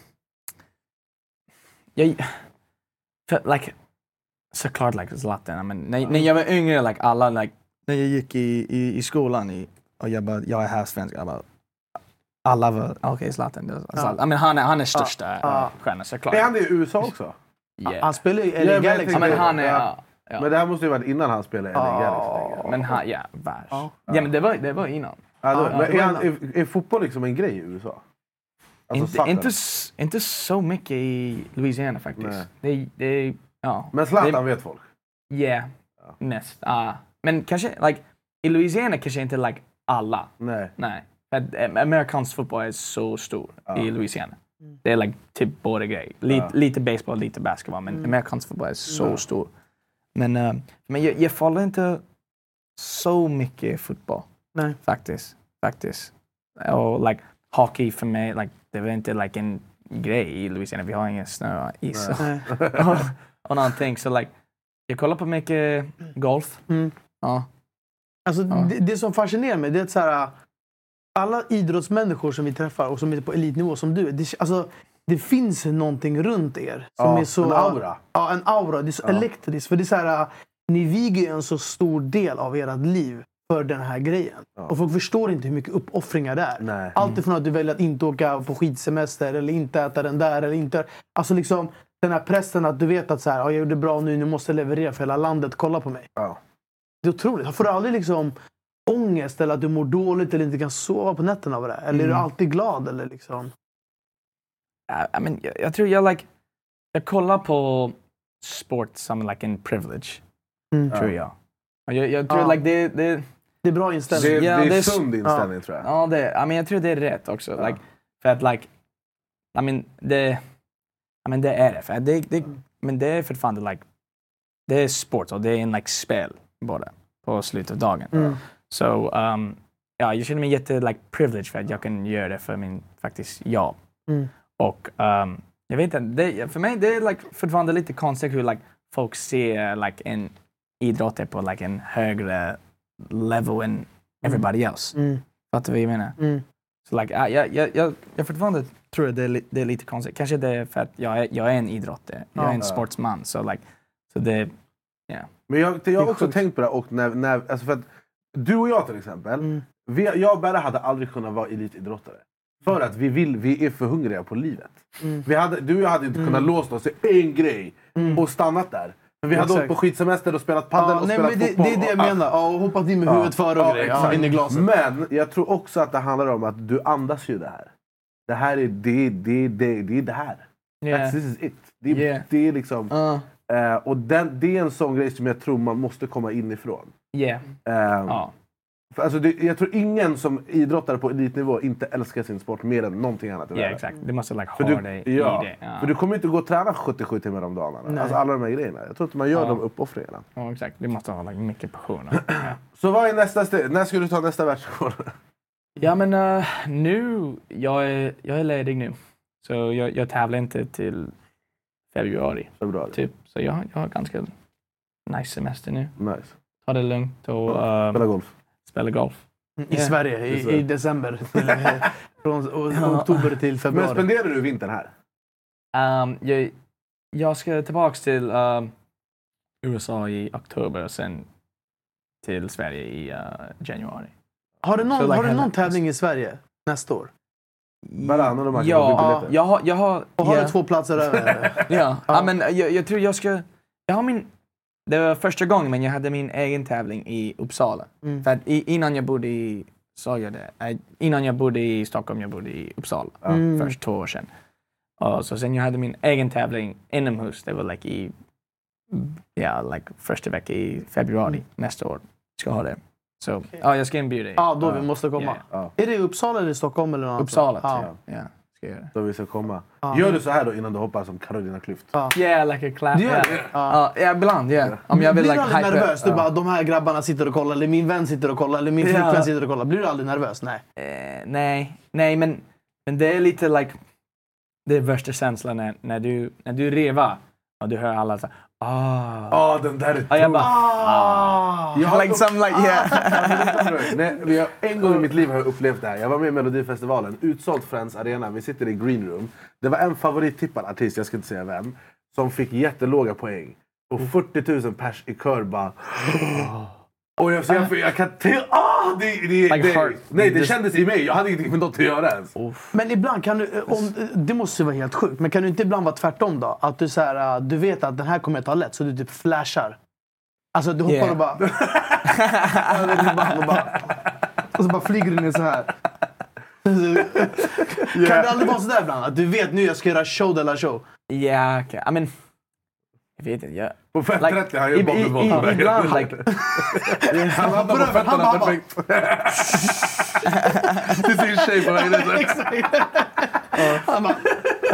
Speaker 2: jag, för, like, såklart like, Zlatan. I mean, när, när jag var yngre, like, alla... Like, när jag gick i, i, i skolan i, och jag bara, jag är här svensk, jag bara... Alla var, okej, okay, Zlatan. Ja. I mean, han, är, han är största ja. uh, stjärna, såklart.
Speaker 3: Är han det i U S A också?
Speaker 2: Yeah.
Speaker 1: Han spelar i L A Galaxy.
Speaker 2: Ja, men han är...
Speaker 3: Ja. Ja. Men det här måste ju varit innan han spelade i L A Galaxy.
Speaker 2: Oh, men han, ja, värst. Ja. Ja, men det var, det var innan.
Speaker 3: Ja, då, ja, men är, han, är, är fotboll liksom en grej i U S A?
Speaker 2: Alltså, inte, inte, inte så mycket i Louisiana faktiskt. Det, det, ja.
Speaker 3: Men Zlatan vet folk?
Speaker 2: Yeah, ja, mest. Uh, men kanske, like, i Louisiana kanske inte like alla.
Speaker 3: Nej.
Speaker 2: Nej. För amerikansk fotboll är så stor ja. I Louisiana. Mm. Det är like, typ båda grejer. Lite, ja. Lite baseball, lite basketball. Men mm. amerikansk fotboll är så ja. Stor. Men, uh, men jag, jag följer inte så mycket fotboll.
Speaker 1: Nej.
Speaker 2: Faktiskt. Faktiskt. Och like, hockey för mig, like, det var inte like, en grej i Louisiana. Vi har ingen snö och is. och, och någonting. Så like, jag kollar på mycket golf.
Speaker 1: Mm.
Speaker 2: Ja.
Speaker 1: Alltså, ja. Det, det som fascinerar mig, det är att så här, alla idrottsmänniskor som vi träffar och som är på elitnivå som du, det, alltså, det finns någonting runt er som
Speaker 3: ja,
Speaker 1: är så...
Speaker 3: en aura.
Speaker 1: Ja, en aura. Det är så ja. Elektriskt. För det är så här, ni viger en så stor del av ert liv för den här grejen. Ja. Och folk förstår inte hur mycket uppoffringar det är.
Speaker 3: Nej.
Speaker 1: Allt ifrån att du väljer att inte åka på skidsemester eller inte äta den där eller inte. Alltså liksom den här pressen att du vet att så här, jag gjorde bra nu, nu måste jag leverera för hela landet, kolla på mig.
Speaker 3: Ja.
Speaker 1: Det är otroligt. Får du aldrig liksom ångest eller att du mår dåligt eller inte kan sova på nätterna av det? Eller mm. är du alltid glad eller liksom?
Speaker 2: I mean, jag, jag tror jag like jag kollar på sport som like en privilege. Mm. Tror jag. Jag, jag tror
Speaker 1: ja.
Speaker 2: like det, det
Speaker 1: det är bra inställning.
Speaker 3: Det,
Speaker 2: ja,
Speaker 3: det är
Speaker 2: det är
Speaker 3: sund inställning
Speaker 2: ja.
Speaker 3: tror jag.
Speaker 2: Ja, det I mean, jag tror det är rätt också. Ja. Like för att like I mean det I mean det är det för det, det mm. men det är fortfarande like det är sport och det är en like spel bara på slutet av dagen.
Speaker 1: Mm.
Speaker 2: Så so, um, ja, jag känner mig jätte like privilege för att jag kan göra det för min faktiskt jobb.
Speaker 1: Mm.
Speaker 2: Och um, jag vet inte, det, för mig det är like fortfarande lite konstigt hur like folk ser like en idrottare på like en högre level än everybody else.
Speaker 1: Mm.
Speaker 2: Fattar du vad jag menar?
Speaker 1: Mm.
Speaker 2: Så like, uh, jag, jag, jag, jag fortfarande tror att det är, li, det är lite konstigt. Kanske det är för att jag är, jag är en idrottare. Jag är en
Speaker 3: ja.
Speaker 2: sportsman. Så like, så det, yeah.
Speaker 3: Men jag, jag har också tänkt på det och när, när, alltså för att du och jag till exempel,
Speaker 1: mm.
Speaker 3: vi, jag och Berra hade aldrig kunnat vara elitidrottare. För att vi vill, vi är för hungriga på livet.
Speaker 1: Mm.
Speaker 3: Vi hade, du och jag hade inte
Speaker 1: mm.
Speaker 3: kunnat låsa oss i en grej
Speaker 1: mm.
Speaker 3: och stannat där. Men vi hade
Speaker 1: exakt.
Speaker 3: åkt på skidsemester och spelat padel
Speaker 1: ja,
Speaker 3: och
Speaker 1: nej,
Speaker 3: spelat
Speaker 1: men
Speaker 3: fotboll.
Speaker 1: Det, det är det jag menar. Ja, och hoppat in med
Speaker 3: ja.
Speaker 1: huvudet före och
Speaker 3: ja,
Speaker 1: grejer. Ja, in i glaset.
Speaker 3: Men jag tror också att det handlar om att du andas ju det här. Det här är det, det, det, det, är det här.
Speaker 2: Yeah.
Speaker 3: This is it. Det, är,
Speaker 2: yeah.
Speaker 3: det är liksom...
Speaker 1: Uh.
Speaker 3: Uh, och den, det är en sån grej som jag tror man måste komma inifrån.
Speaker 2: Yeah.
Speaker 3: Uh,
Speaker 2: ja.
Speaker 3: För alltså det, jag tror ingen som idrottar på elitnivå inte älskar sin sport mer än någonting annat i
Speaker 2: världen. Ja, exakt. Du måste like ha
Speaker 3: du,
Speaker 2: det
Speaker 3: ja,
Speaker 2: i det. Ja.
Speaker 3: För du kommer inte gå och träna sjuttiosju timmar om dagen. Alltså alla de här grejerna. Jag tror inte man gör
Speaker 2: ja.
Speaker 3: de uppoffringarna.
Speaker 2: Ja, exakt. Du måste ha like, mycket passion. Ja.
Speaker 3: Så vad är nästa steg? När ska du ta nästa världsrekord?
Speaker 2: Ja, men uh, nu... Jag är, jag är ledig nu. Så jag, jag tävlar inte till februari.
Speaker 3: Februari.
Speaker 2: Typ. Så jag, jag har ganska nice semester nu.
Speaker 3: Nice.
Speaker 2: Ta det lugnt och... Uh,
Speaker 3: spela golf.
Speaker 2: Spela golf.
Speaker 1: I yeah. Sverige, i, i december. Till, från ja. oktober till februari.
Speaker 3: Men spenderar du vintern här?
Speaker 2: Um, jag, jag ska tillbaka till uh, U S A i oktober och sen till Sverige i uh, januari.
Speaker 1: Har du någon, so, like, har du någon tävling i Sverige nästa år?
Speaker 3: Bara de här
Speaker 2: ja, jag har... Jag har,
Speaker 1: och har
Speaker 2: yeah.
Speaker 1: du två platser över?
Speaker 2: ja, ja. Men jag, jag tror jag ska... Jag har min... Det var första gången, men jag hade min egen tävling i Uppsala. Mm. För att i, innan jag bodde i... Sa jag det? Äh, innan jag bodde i Stockholm, jag bodde i Uppsala. Mm. Först två år sedan. Och så sen jag hade min egen tävling inomhus. Det var like i... Ja, like första veckan i februari mm. nästa år. Ska ha det. Så okay. ja, jag ska inbjuda dig.
Speaker 1: Ja, då uh, vi måste komma. Yeah.
Speaker 3: Ja.
Speaker 1: Är det i Uppsala eller i Stockholm eller något?
Speaker 2: Uppsala,
Speaker 1: ja.
Speaker 2: tror jag. Ja.
Speaker 3: Då vi ska komma.
Speaker 1: Ah.
Speaker 3: Gör du så här då innan du hoppar som Carolina Klüft?
Speaker 2: Ja, ah. yeah, like a clap.
Speaker 1: Du gör
Speaker 2: yeah.
Speaker 1: det?
Speaker 2: Ja, uh, ibland, ja. Yeah. Om jag vill
Speaker 1: blir
Speaker 2: like,
Speaker 1: du aldrig nervös? Du
Speaker 2: ja.
Speaker 1: bara, de här grabbarna sitter och kollar, eller min vän sitter och kollar, eller min
Speaker 2: ja.
Speaker 1: flickvän sitter och kollar. Blir du aldrig nervös? Nej.
Speaker 2: Eh, nej, nej, men, men det är lite like... Det är värsta känslan när, när du, när du revar och du hör alla så ah,
Speaker 3: ah, den där är
Speaker 2: och jag bara, ah.
Speaker 3: Jag har
Speaker 2: like some like, yeah.
Speaker 3: Nej, jag, en gång i mitt liv har jag upplevt det här. Jag var med i Melodifestivalen, utsålt Friends Arena. Vi sitter i green room. Det var en favorittippad artist, jag ska inte säga vem, som fick jättelåga poäng. Och fyrtio tusen pers i kör bara... Och jag, så jag, jag kan till... Ah, det, det,
Speaker 2: like
Speaker 3: det, nej, det kändes i mig. Jag hade ingenting med något att göra ens.
Speaker 1: Uff. Men ibland kan du... Om, det måste vara helt sjukt. Men kan du inte ibland vara tvärtom då? Att du, så här, du vet att den här kommer att ta lätt. Så du typ flashar. Alltså du hoppar yeah. och bara... och, bara och så bara flyger du ner så här. yeah. Kan det aldrig vara sådär ibland? Att du vet nu jag ska göra show de la show.
Speaker 2: Ja, yeah, okej. Okay. I mean... Jag vet inte, jag...
Speaker 3: På fem trettio like, har jag ju bombevåld.
Speaker 2: Ibland, like...
Speaker 3: Han landar på fötterna perfekt. Det ser ju tjej på vägen.
Speaker 1: Exakt. Han bara...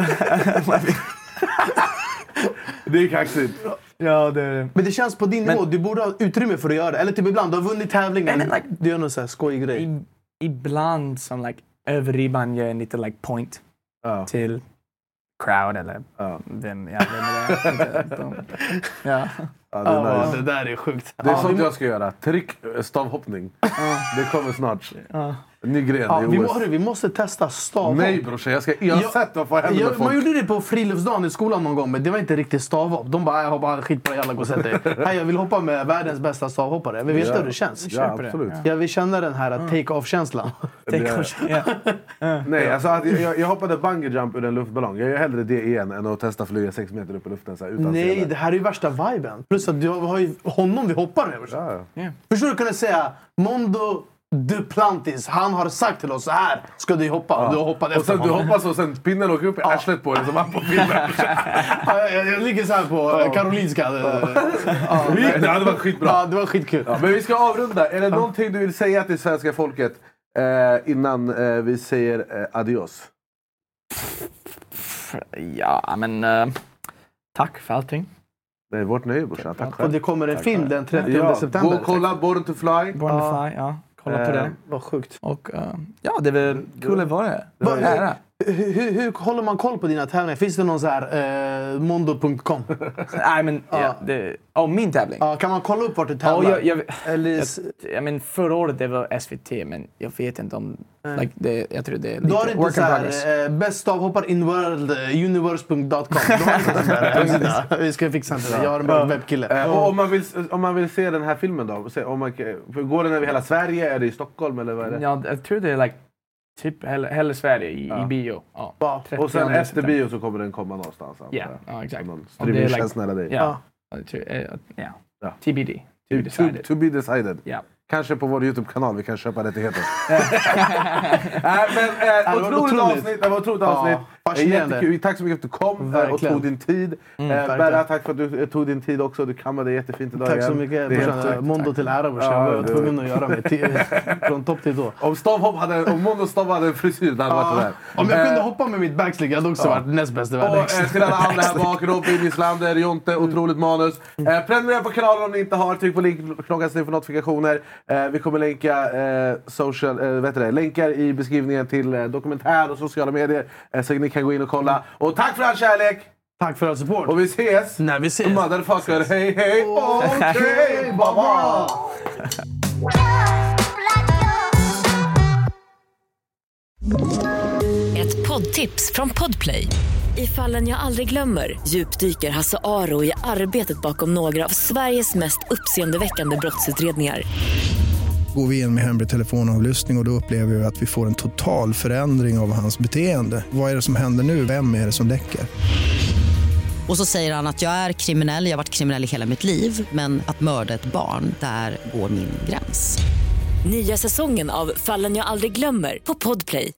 Speaker 3: Det är kaxigt.
Speaker 2: Ja, det är det.
Speaker 1: Men det känns på din nivå, du borde ha utrymme för att göra det. Eller typ ibland, du har vunnit tävlingen. Like, du gör någon sån här skojig grej.
Speaker 2: I, ibland som like, över ribban gör en lite like point uh. till... crowd eller uh. vem, ja, vem är det? ja.
Speaker 3: Ja, det, är
Speaker 1: Ja,
Speaker 3: nice.
Speaker 1: det där är sjukt.
Speaker 3: Det är
Speaker 1: Ja,
Speaker 3: sånt
Speaker 1: vi,
Speaker 3: jag ska göra. Tryck stavhoppning. Det kommer snart. Ny gren
Speaker 1: ja,
Speaker 3: i
Speaker 1: vi,
Speaker 3: O S.
Speaker 1: må- vi måste testa stavhopp.
Speaker 3: Nej brorsan, jag, ska, jag har
Speaker 1: Jag-
Speaker 3: sett vad som händer
Speaker 1: Ja,
Speaker 3: med
Speaker 1: man
Speaker 3: folk.
Speaker 1: gjorde det på friluftsdagen i skolan någon gång, men det var inte riktigt stavhopp. De bara, jag hoppar skit på det, jävla gå och sätt dig. Hej, jag vill hoppa med världens bästa stavhoppare. Vi vet
Speaker 3: Ja.
Speaker 1: hur det känns.
Speaker 3: Ja, absolut.
Speaker 1: Jag vill känna den här take-off-känslan.
Speaker 3: Nej, alltså att jag, jag hoppade bungee jump ur en luftballong. Jag gör hellre det igen än att testa flyga sex meter upp i luften så här, utan
Speaker 1: Nej,
Speaker 3: sele.
Speaker 1: det här är ju värsta viben. Plus att du har ju honom vi hoppar med.
Speaker 3: Ja, ja.
Speaker 1: Förstår du, kunna säga Mondo Duplantis, han har sagt till oss så här ska du hoppa. Och du har hoppat
Speaker 3: Och
Speaker 1: efter
Speaker 3: sen du
Speaker 1: honom.
Speaker 3: hoppas och sen pinnen åker upp i arslet på dig som var på filmen.
Speaker 1: Ja, jag, jag ligger så här på eh, Karolinska. Ja,
Speaker 3: Det hade varit skitbra.
Speaker 1: ja, det var skitkul.
Speaker 3: Ja, men vi ska avrunda. Är det någonting du vill säga till svenska folket eh, innan eh, vi säger eh, adios?
Speaker 2: Ja, men uh, tack för allting.
Speaker 3: Det är vårt nöje brorsan. Tack
Speaker 1: Och
Speaker 3: själv.
Speaker 1: det kommer en film den trettionde
Speaker 3: Ja,
Speaker 1: september.
Speaker 3: gå och kolla Born to Fly.
Speaker 2: Born to Fly, ja. Kolla på
Speaker 3: Eh,
Speaker 2: det.
Speaker 1: Vad sjukt.
Speaker 2: Och uh, ja, det är väl kul att vara här.
Speaker 1: var-
Speaker 2: Ära.
Speaker 1: Hur, hur, hur håller man koll på dina tävlingar? Finns det någon så här eh, mondo punkt com?
Speaker 2: Nej, men ja, det... Oh, min tävling?
Speaker 1: Ja, kan man kolla upp vart du
Speaker 2: Ja,
Speaker 1: tävlar?
Speaker 2: jag, jag,
Speaker 1: Eller,
Speaker 2: jag, jag men förra året det var S V T, men jag vet inte om... Like, det, jag tror det är
Speaker 1: då har
Speaker 2: lite
Speaker 1: du inte
Speaker 2: work
Speaker 1: så
Speaker 2: in
Speaker 1: här,
Speaker 2: progress.
Speaker 1: eh, best stavhoppar in world, eh, universe punkt com. Du har inte den där hemsidan. Vi ska fixa inte det. Jag har en bra webbkille.
Speaker 3: Eh, och om man, vill, om man vill se den här filmen då? Se, om man, går den över hela Sverige? Är det i Stockholm eller vad är det?
Speaker 2: Ja, jag tror det är like, typ hela, hela Sverige i,
Speaker 3: Ja.
Speaker 2: i bio. Ja.
Speaker 1: Ja.
Speaker 3: Och sen
Speaker 2: trettionde
Speaker 3: efter
Speaker 2: september.
Speaker 3: bio så kommer den komma någonstans. antar
Speaker 2: Ja,
Speaker 3: jag.
Speaker 2: ja, exakt.
Speaker 3: Som någon
Speaker 2: Och det är like-
Speaker 3: streamingtjänst nära dig.
Speaker 2: Ja. Jag tror, eh, ja.
Speaker 3: Ja.
Speaker 2: T B D. To be
Speaker 3: To,
Speaker 2: decided.
Speaker 3: to be decided.
Speaker 2: Ja.
Speaker 3: Kanske på vår YouTube-kanal, vi kan köpa rättigheter. Nej, men eh,
Speaker 1: det var
Speaker 3: otroligt
Speaker 1: otroligt.
Speaker 3: avsnitt, det var otroligt
Speaker 1: Ja,
Speaker 3: avsnitt.
Speaker 1: fascinerande.
Speaker 3: Jättekul. Tack så mycket för att du kom eh, och
Speaker 1: Verkligen.
Speaker 3: tog din tid.
Speaker 1: Mm,
Speaker 3: eh,
Speaker 1: verkligen.
Speaker 3: Berra, tack för att du eh, tog din tid också. Du kammade jättefint idag
Speaker 1: Tack
Speaker 3: igen.
Speaker 1: så mycket.
Speaker 3: Det är helt
Speaker 1: brorsan.
Speaker 3: sjukt.
Speaker 1: Mondo till ära brorsan.
Speaker 3: Ja,
Speaker 1: Jag var
Speaker 3: det-
Speaker 1: tvungen att göra mig till, från topp till tå.
Speaker 3: Om Stavhopp hade, om Mondo Stav hade en frisyr, det hade varit det där.
Speaker 1: Om jag kunde
Speaker 3: Eh,
Speaker 1: hoppa med mitt backslick, jag hade också varit näst bäst i
Speaker 3: Och
Speaker 1: världen.
Speaker 3: eh, till alla andra här bak, Robin, Islander, Jonte, otroligt manus. Eh, prenumerera på kanalen om ni inte har. Tryck på linkklockan så ni får notifikationer. Eh, vi kommer länka eh, social, eh, vet du det, länkar i beskrivningen till eh, dokumentär och sociala medier. Eh, så ni kan gå in och kolla. Och tack för all kärlek!
Speaker 1: Tack för all support.
Speaker 3: Och vi ses!
Speaker 1: När vi ses.
Speaker 3: Motherfucker, hej hej! Okej, baba!
Speaker 4: Ett poddtips från Podplay. I Fallen jag aldrig glömmer djupdyker Hasse Aro i arbetet bakom några av Sveriges mest uppseendeväckande brottsutredningar.
Speaker 5: Går vi in med hemlig telefonavlyssning och, och då upplever vi att vi får en total förändring av hans beteende. Vad är det som händer nu? Vem är det som läcker?
Speaker 6: Och så säger han att jag är kriminell, jag har varit kriminell i hela mitt liv. Men att mörda ett barn, där går min gräns.
Speaker 4: Nya säsongen av Fallen jag aldrig glömmer på Podplay.